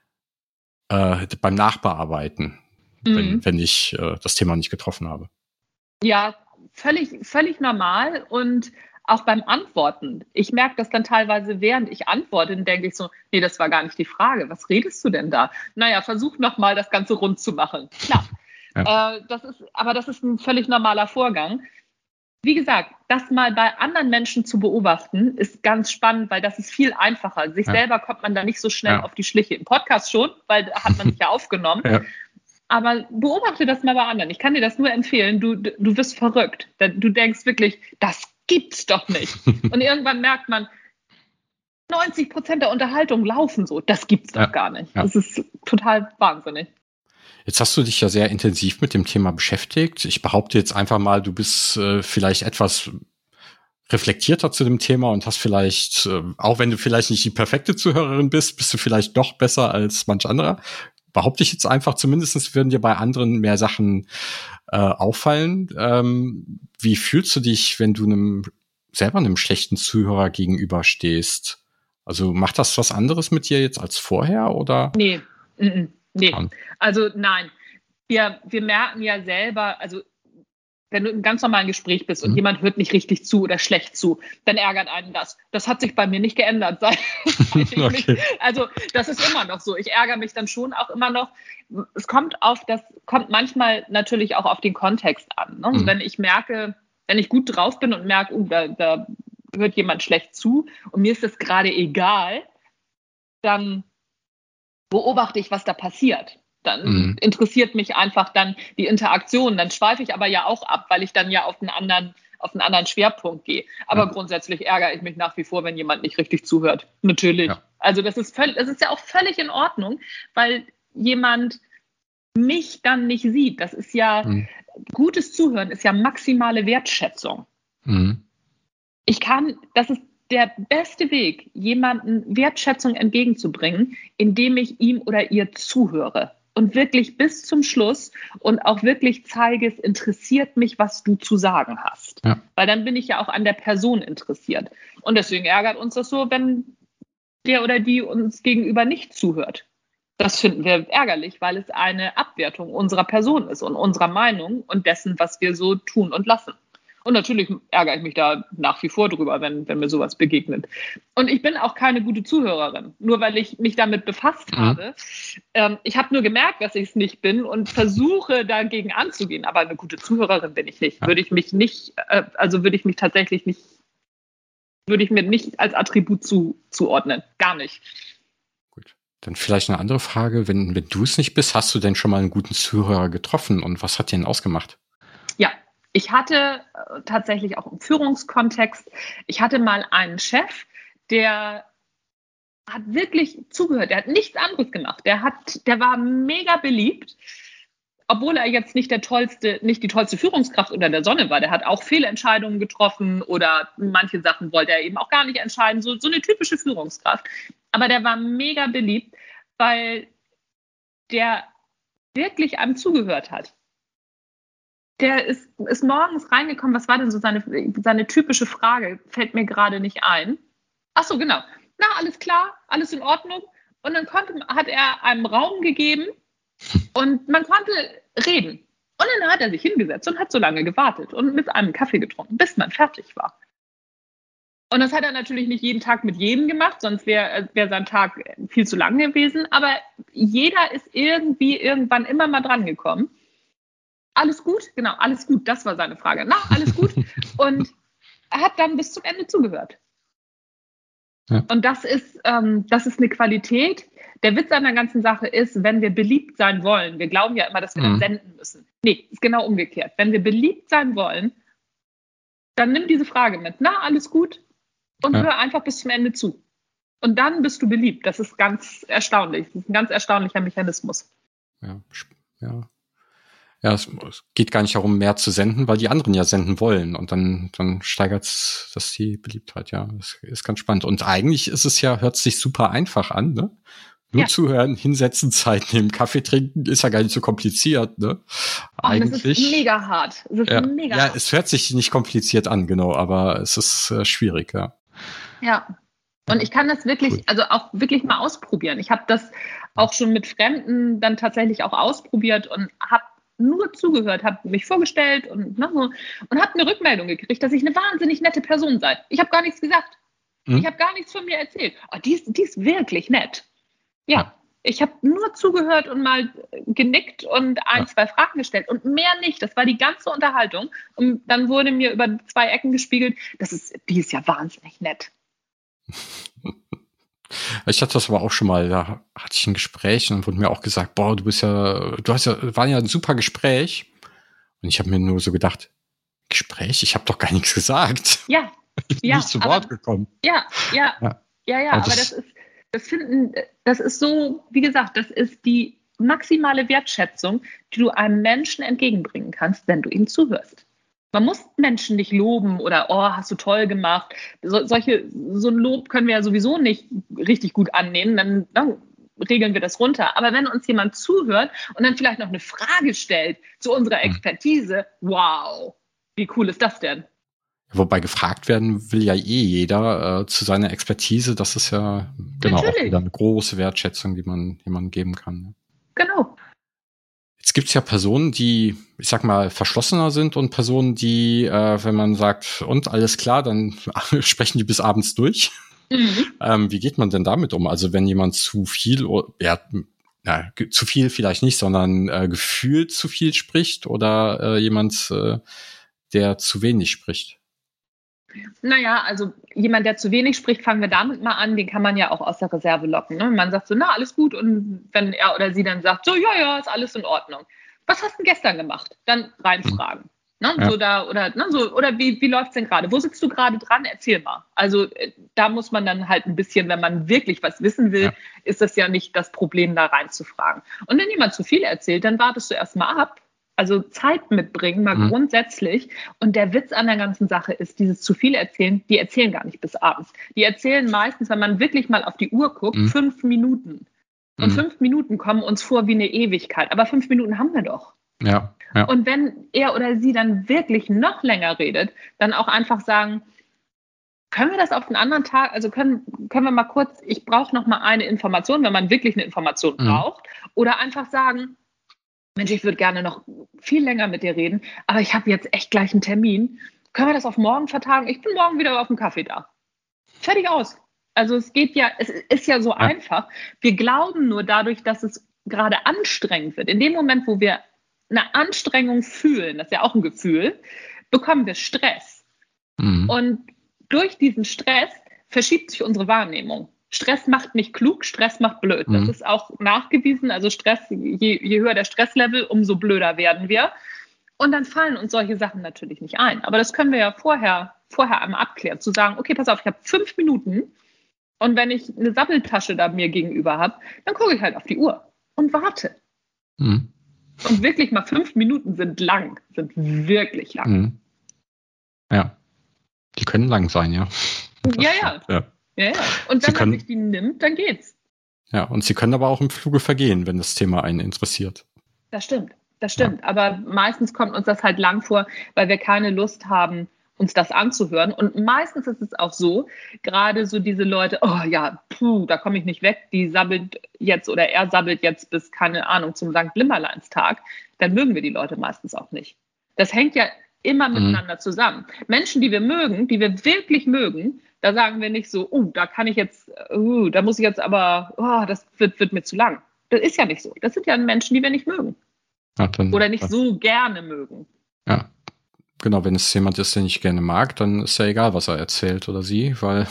A: beim Nachbearbeiten, wenn ich das Thema nicht getroffen habe.
B: Ja, völlig normal. Und auch beim Antworten. Ich merke das dann teilweise, während ich antworte, dann denke ich so, nee, das war gar nicht die Frage. Was redest du denn da? Naja, versuch noch mal das Ganze rund zu machen. Klar, das ist ein völlig normaler Vorgang. Wie gesagt, das mal bei anderen Menschen zu beobachten, ist ganz spannend, weil das ist viel einfacher. Sich selber kommt man da nicht so schnell auf die Schliche. Im Podcast schon, weil da hat man sich ja aufgenommen. Ja. Aber beobachte das mal bei anderen. Ich kann dir das nur empfehlen. Du wirst verrückt. Du denkst wirklich, das gibt's doch nicht. Und irgendwann merkt man, 90% der Unterhaltung laufen so. Das gibt's doch gar nicht. Ja. Das ist total wahnsinnig.
A: Jetzt hast du dich ja sehr intensiv mit dem Thema beschäftigt. Ich behaupte jetzt einfach mal, du bist vielleicht etwas reflektierter zu dem Thema und hast vielleicht, auch wenn du vielleicht nicht die perfekte Zuhörerin bist du vielleicht doch besser als manch anderer. Behaupte ich jetzt einfach, zumindest würden dir bei anderen mehr Sachen auffallen. Wie fühlst du dich, wenn du selber einem schlechten Zuhörer gegenüberstehst? Also macht das was anderes mit dir jetzt als vorher, oder?
B: Nee. Also nein. Wir merken ja selber, also wenn du im ganz normalen Gespräch bist und jemand hört nicht richtig zu oder schlecht zu, dann ärgert einen das. Das hat sich bei mir nicht geändert. Okay. Also das ist immer noch so. Ich ärgere mich dann schon auch immer noch. Es kommt manchmal natürlich auch auf den Kontext an. Ne? Wenn ich gut drauf bin und merke, da hört jemand schlecht zu und mir ist das gerade egal, dann beobachte ich, was da passiert. Dann interessiert mich einfach dann die Interaktion. Dann schweife ich aber ja auch ab, weil ich dann ja auf einen anderen Schwerpunkt gehe. Aber grundsätzlich ärgere ich mich nach wie vor, wenn jemand nicht richtig zuhört. Natürlich. Ja. Also das ist ja auch völlig in Ordnung, weil jemand mich dann nicht sieht. Das ist ja, gutes Zuhören ist ja maximale Wertschätzung. Das ist der beste Weg, jemandem Wertschätzung entgegenzubringen, indem ich ihm oder ihr zuhöre und wirklich bis zum Schluss und auch wirklich zeige, es interessiert mich, was du zu sagen hast. Ja. Weil dann bin ich ja auch an der Person interessiert. Und deswegen ärgert uns das so, wenn der oder die uns gegenüber nicht zuhört. Das finden wir ärgerlich, weil es eine Abwertung unserer Person ist und unserer Meinung und dessen, was wir so tun und lassen. Und natürlich ärgere ich mich da nach wie vor drüber, wenn mir sowas begegnet. Und ich bin auch keine gute Zuhörerin, nur weil ich mich damit befasst habe. Ich habe nur gemerkt, dass ich es nicht bin und versuche dagegen anzugehen. Aber eine gute Zuhörerin bin ich nicht. Würde ich mich nicht, würde ich mir nicht als Attribut zuordnen. Gar nicht.
A: Gut. Dann vielleicht eine andere Frage. Wenn du es nicht bist, hast du denn schon mal einen guten Zuhörer getroffen und was hat dir denn ausgemacht?
B: Ja. Ich hatte tatsächlich auch im Führungskontext, ich hatte mal einen Chef, der hat wirklich zugehört, der hat nichts anderes gemacht. Der war mega beliebt, obwohl er jetzt nicht die tollste Führungskraft unter der Sonne war. Der hat auch Fehlentscheidungen getroffen oder manche Sachen wollte er eben auch gar nicht entscheiden. So eine typische Führungskraft. Aber der war mega beliebt, weil der wirklich einem zugehört hat. Der ist morgens reingekommen, was war denn so seine typische Frage? Fällt mir gerade nicht ein. Ach so, genau. Na, alles klar, alles in Ordnung. Und dann hat er einem Raum gegeben und man konnte reden. Und dann hat er sich hingesetzt und hat so lange gewartet und mit einem Kaffee getrunken, bis man fertig war. Und das hat er natürlich nicht jeden Tag mit jedem gemacht, sonst wäre sein Tag viel zu lang gewesen. Aber jeder ist irgendwann immer mal dran gekommen. Alles gut? Genau, alles gut. Das war seine Frage. Na, alles gut. Und er hat dann bis zum Ende zugehört. Ja. Und das ist eine Qualität. Der Witz an der ganzen Sache ist, wenn wir beliebt sein wollen, wir glauben ja immer, dass wir dann senden müssen. Nee, ist genau umgekehrt. Wenn wir beliebt sein wollen, dann nimm diese Frage mit. Na, alles gut? Und hör einfach bis zum Ende zu. Und dann bist du beliebt. Das ist ganz erstaunlich. Das ist ein ganz erstaunlicher Mechanismus.
A: Ja. Ja, es geht gar nicht darum, mehr zu senden, weil die anderen ja senden wollen. Und dann steigert das die Beliebtheit, ja. Das ist ganz spannend. Und eigentlich hört sich super einfach an, ne? Nur zuhören, hinsetzen, Zeit nehmen, Kaffee trinken, ist ja gar nicht so kompliziert, ne? Eigentlich.
B: Das ist mega hart.
A: Ja, es hört sich nicht kompliziert an, genau, aber es ist schwierig, ja.
B: Ja. Und ich kann das wirklich, also auch wirklich mal ausprobieren. Ich habe das auch schon mit Fremden dann tatsächlich auch ausprobiert und habe nur zugehört, habe mich vorgestellt und habe eine Rückmeldung gekriegt, dass ich eine wahnsinnig nette Person sei. Ich habe gar nichts gesagt. Ich habe gar nichts von mir erzählt. Oh, die ist wirklich nett. Ja, ich habe nur zugehört und mal genickt und zwei Fragen gestellt und mehr nicht. Das war die ganze Unterhaltung. Und dann wurde mir über 2 Ecken gespiegelt, die ist ja wahnsinnig nett.
A: Ich hatte das aber auch schon mal, da hatte ich ein Gespräch und dann wurde mir auch gesagt, boah, war ja ein super Gespräch. Und ich habe mir nur so gedacht, Gespräch? Ich habe doch gar nichts gesagt.
B: Ja.
A: Ich bin nicht zu Wort gekommen.
B: Ja. Aber das ist so, wie gesagt, das ist die maximale Wertschätzung, die du einem Menschen entgegenbringen kannst, wenn du ihm zuhörst. Man muss Menschen nicht loben oder, oh, hast du toll gemacht. So ein Lob können wir ja sowieso nicht richtig gut annehmen, dann regeln wir das runter. Aber wenn uns jemand zuhört und dann vielleicht noch eine Frage stellt zu unserer Expertise, wow, wie cool ist das denn?
A: Wobei gefragt werden will ja jeder zu seiner Expertise. Das ist ja genau auch wieder eine große Wertschätzung, die man geben kann.
B: Genau.
A: Jetzt gibt's ja Personen, die, ich sag mal, verschlossener sind und Personen, die, wenn man sagt, und alles klar, dann sprechen die bis abends durch. Wie geht man denn damit um? Also wenn jemand zu viel, zu viel vielleicht nicht, sondern gefühlt zu viel spricht oder jemand, der zu wenig spricht?
B: Naja, also jemand, der zu wenig spricht, fangen wir damit mal an, den kann man ja auch aus der Reserve locken. Ne? Man sagt so, na, alles gut. Und wenn er oder sie dann sagt, so, ja, ist alles in Ordnung. Was hast du denn gestern gemacht? Dann reinfragen. Ne?
A: Ja.
B: Oder wie läuft es denn gerade? Wo sitzt du gerade dran? Erzähl mal. Also da muss man dann halt ein bisschen, wenn man wirklich was wissen will, ist das ja nicht das Problem, da reinzufragen. Und wenn jemand zu viel erzählt, dann wartest du erstmal ab. Also Zeit mitbringen, mal grundsätzlich. Und der Witz an der ganzen Sache ist, dieses zu viel erzählen, die erzählen gar nicht bis abends. Die erzählen meistens, wenn man wirklich mal auf die Uhr guckt, 5 Minuten. Und 5 Minuten kommen uns vor wie eine Ewigkeit. Aber 5 Minuten haben wir doch.
A: Ja.
B: Und wenn er oder sie dann wirklich noch länger redet, dann auch einfach sagen, können wir das auf einen anderen Tag, also können wir mal kurz, ich brauche noch mal eine Information, wenn man wirklich eine Information braucht. Oder einfach sagen, Mensch, ich würde gerne noch viel länger mit dir reden, aber ich habe jetzt echt gleich einen Termin. Können wir das auf morgen vertagen? Ich bin morgen wieder auf dem Kaffee da. Fertig aus. Also es ist ja so einfach. Wir glauben nur dadurch, dass es gerade anstrengend wird. In dem Moment, wo wir eine Anstrengung fühlen, das ist ja auch ein Gefühl, bekommen wir Stress. Und durch diesen Stress verschiebt sich unsere Wahrnehmung. Stress macht nicht klug, Stress macht blöd. Das ist auch nachgewiesen. Also Stress, je höher der Stresslevel, umso blöder werden wir. Und dann fallen uns solche Sachen natürlich nicht ein. Aber das können wir ja vorher einmal abklären. Zu sagen, okay, pass auf, ich habe 5 Minuten und wenn ich eine Sabbeltasche da mir gegenüber habe, dann gucke ich halt auf die Uhr und warte. Und wirklich mal 5 Minuten sind wirklich lang.
A: Ja, die können lang sein, ja.
B: Ja. Und wenn man sich die nimmt, dann geht's.
A: Ja, und sie können aber auch im Fluge vergehen, wenn das Thema einen interessiert.
B: Das stimmt. Aber meistens kommt uns das halt lang vor, weil wir keine Lust haben, uns das anzuhören. Und meistens ist es auch so, gerade so diese Leute, da komme ich nicht weg, die sabbelt jetzt oder er sabbelt jetzt bis, keine Ahnung, zum St. Nimmerleinstag, dann mögen wir die Leute meistens auch nicht. Das hängt ja immer miteinander zusammen. Menschen, die wir mögen, die wir wirklich mögen, da sagen wir nicht so, da kann ich jetzt, da muss ich jetzt aber, das wird mir zu lang. Das ist ja nicht so. Das sind ja Menschen, die wir nicht mögen. Oder nicht so gerne mögen.
A: Ja, genau. Wenn es jemand ist, den ich gerne mag, dann ist ja egal, was er erzählt oder sie, weil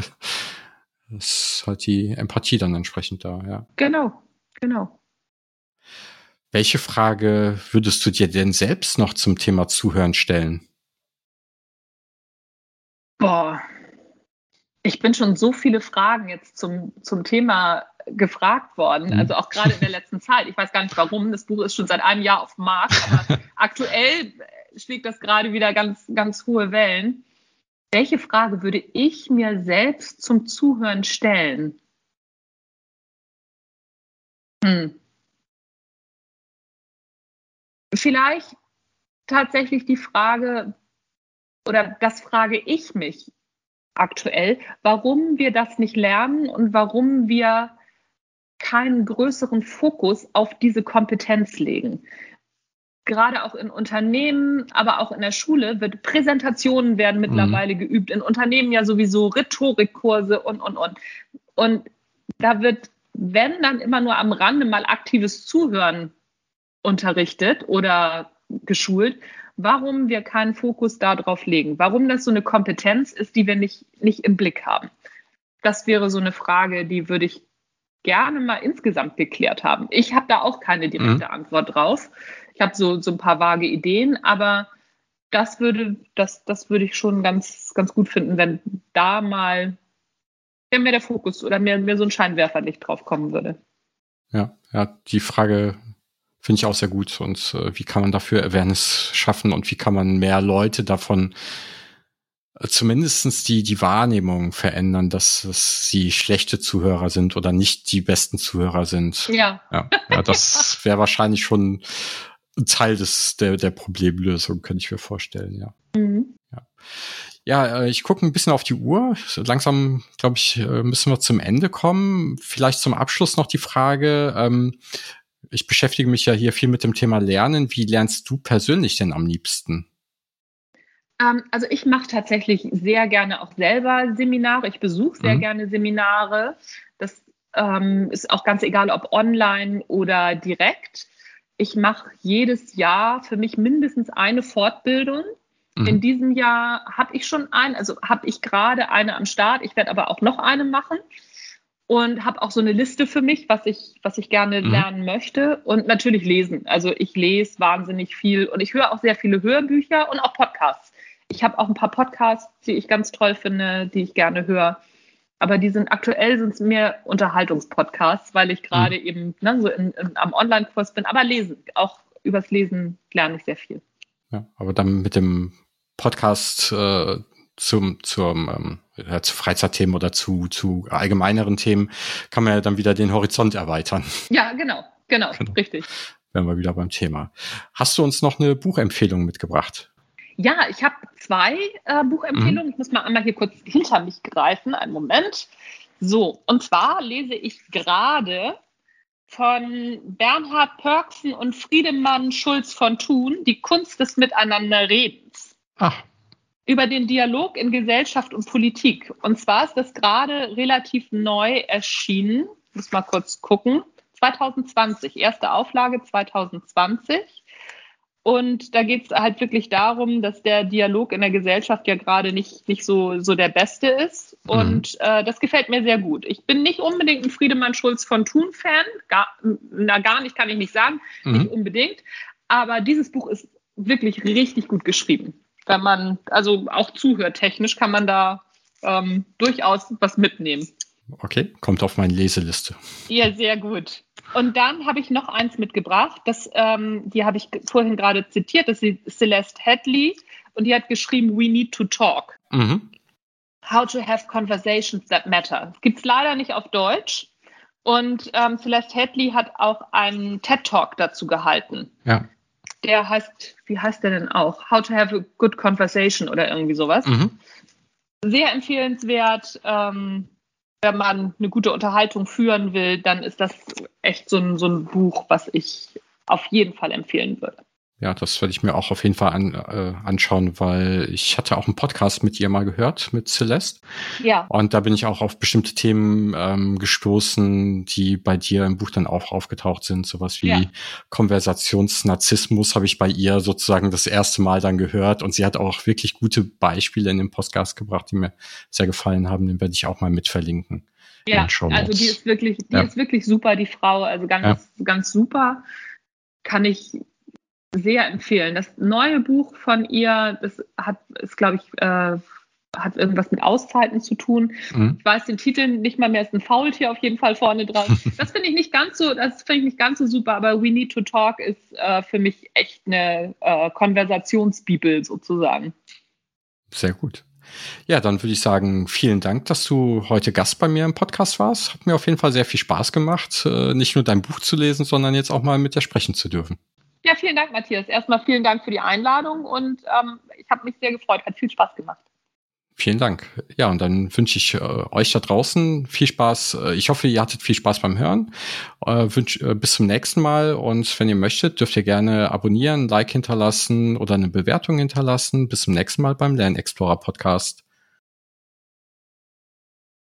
A: ist halt die Empathie dann entsprechend da, ja.
B: Genau.
A: Welche Frage würdest du dir denn selbst noch zum Thema Zuhören stellen?
B: Ich bin schon so viele Fragen jetzt zum Thema gefragt worden, also auch gerade in der letzten Zeit. Ich weiß gar nicht warum, das Buch ist schon seit einem Jahr auf dem Markt, aber aktuell schlägt das gerade wieder ganz, ganz hohe Wellen. Welche Frage würde ich mir selbst zum Zuhören stellen? Vielleicht tatsächlich die Frage, oder das frage ich mich aktuell, warum wir das nicht lernen und warum wir keinen größeren Fokus auf diese Kompetenz legen. Gerade auch in Unternehmen, aber auch in der Schule Präsentationen werden mittlerweile geübt, in Unternehmen ja sowieso Rhetorikkurse und. Und da wird, wenn dann immer nur am Rande mal aktives Zuhören unterrichtet oder geschult, warum wir keinen Fokus darauf legen, warum das so eine Kompetenz ist, die wir nicht im Blick haben. Das wäre so eine Frage, die würde ich gerne mal insgesamt geklärt haben. Ich habe da auch keine direkte Antwort drauf. Ich habe so ein paar vage Ideen, aber das würde ich schon ganz, ganz gut finden, wenn da mal mir der Fokus oder mir so ein Scheinwerferlicht drauf kommen würde.
A: Ja, die Frage finde ich auch sehr gut. Und wie kann man dafür Awareness schaffen und wie kann man mehr Leute davon zumindestens die Wahrnehmung verändern, dass sie schlechte Zuhörer sind oder nicht die besten Zuhörer sind.
B: Ja,
A: das wäre wahrscheinlich schon ein Teil der Problemlösung, könnte ich mir vorstellen, ja. Ja, ich gucke ein bisschen auf die Uhr. Langsam, glaube ich, müssen wir zum Ende kommen. Vielleicht zum Abschluss noch die Frage, ich beschäftige mich ja hier viel mit dem Thema Lernen. Wie lernst du persönlich denn am liebsten?
B: Also ich mache tatsächlich sehr gerne auch selber Seminare. Ich besuche sehr gerne Seminare. Das ist auch ganz egal, ob online oder direkt. Ich mache jedes Jahr für mich mindestens eine Fortbildung. In diesem Jahr habe ich schon habe ich gerade eine am Start. Ich werde aber auch noch eine machen und habe auch so eine Liste für mich, was ich gerne lernen möchte und natürlich lesen. Also ich lese wahnsinnig viel und ich höre auch sehr viele Hörbücher und auch Podcasts. Ich habe auch ein paar Podcasts, die ich ganz toll finde, die ich gerne höre. Aber aktuell sind es mehr Unterhaltungspodcasts, weil ich gerade eben so am Online-Kurs bin. Aber auch übers Lesen lerne ich sehr viel.
A: Ja, aber dann mit dem Podcast zu Freizeitthemen oder zu allgemeineren Themen kann man ja dann wieder den Horizont erweitern.
B: Ja, genau, richtig.
A: Wären wir wieder beim Thema. Hast du uns noch eine Buchempfehlung mitgebracht?
B: Ja, ich habe 2 Buchempfehlungen. Ich muss mal einmal hier kurz hinter mich greifen. Einen Moment. So, und zwar lese ich gerade von Bernhard Pörksen und Friedemann Schulz von Thun, Die Kunst des Miteinanderredens.
A: Ach.
B: Über den Dialog in Gesellschaft und Politik. Und zwar ist das gerade relativ neu erschienen. Ich muss mal kurz gucken. 2020, erste Auflage 2020. Und da geht es halt wirklich darum, dass der Dialog in der Gesellschaft ja gerade nicht so der beste ist. Und das gefällt mir sehr gut. Ich bin nicht unbedingt ein Friedemann Schulz von Thun-Fan. Gar nicht, kann ich nicht sagen. Nicht unbedingt. Aber dieses Buch ist wirklich richtig gut geschrieben. Wenn man also auch zuhört, technisch kann man da durchaus was mitnehmen.
A: Okay, kommt auf meine Leseliste.
B: Ja, sehr gut. Und dann habe ich noch eins mitgebracht, die habe ich vorhin gerade zitiert, das ist Celeste Hadley und die hat geschrieben, We Need to Talk. How to have conversations that matter. Gibt es leider nicht auf Deutsch. Und Celeste Hadley hat auch einen TED-Talk dazu gehalten.
A: Ja.
B: Der heißt, wie heißt der denn auch? How to have a good conversation oder irgendwie sowas. Sehr empfehlenswert. Wenn man eine gute Unterhaltung führen will, dann ist das echt so ein Buch, was ich auf jeden Fall empfehlen würde.
A: Ja, das werde ich mir auch auf jeden Fall anschauen, weil ich hatte auch einen Podcast mit ihr mal gehört, mit Celeste.
B: Ja.
A: Und da bin ich auch auf bestimmte Themen gestoßen, die bei dir im Buch dann auch aufgetaucht sind. Sowas wie Konversationsnarzissmus habe ich bei ihr sozusagen das erste Mal dann gehört. Und sie hat auch wirklich gute Beispiele in den Podcast gebracht, die mir sehr gefallen haben. Den werde ich auch mal mit verlinken.
B: Ja, also die ist wirklich super, die Frau. Also ganz super. Kann ich sehr empfehlen. Das neue Buch von ihr, hat irgendwas mit Auszeiten zu tun. Ich weiß den Titel nicht mal mehr, ist ein Faultier auf jeden Fall vorne drauf. Das finde ich nicht ganz so super, aber We Need to Talk ist für mich echt eine Konversationsbibel sozusagen.
A: Sehr gut. Ja, dann würde ich sagen, vielen Dank, dass du heute Gast bei mir im Podcast warst. Hat mir auf jeden Fall sehr viel Spaß gemacht, nicht nur dein Buch zu lesen, sondern jetzt auch mal mit dir sprechen zu dürfen.
B: Ja, vielen Dank, Matthias. Erstmal vielen Dank für die Einladung und ich habe mich sehr gefreut. Hat viel Spaß gemacht.
A: Vielen Dank. Ja, und dann wünsche ich euch da draußen viel Spaß. Ich hoffe, ihr hattet viel Spaß beim Hören. Bis zum nächsten Mal. Und wenn ihr möchtet, dürft ihr gerne abonnieren, ein Like hinterlassen oder eine Bewertung hinterlassen. Bis zum nächsten Mal beim Lernexplorer Podcast.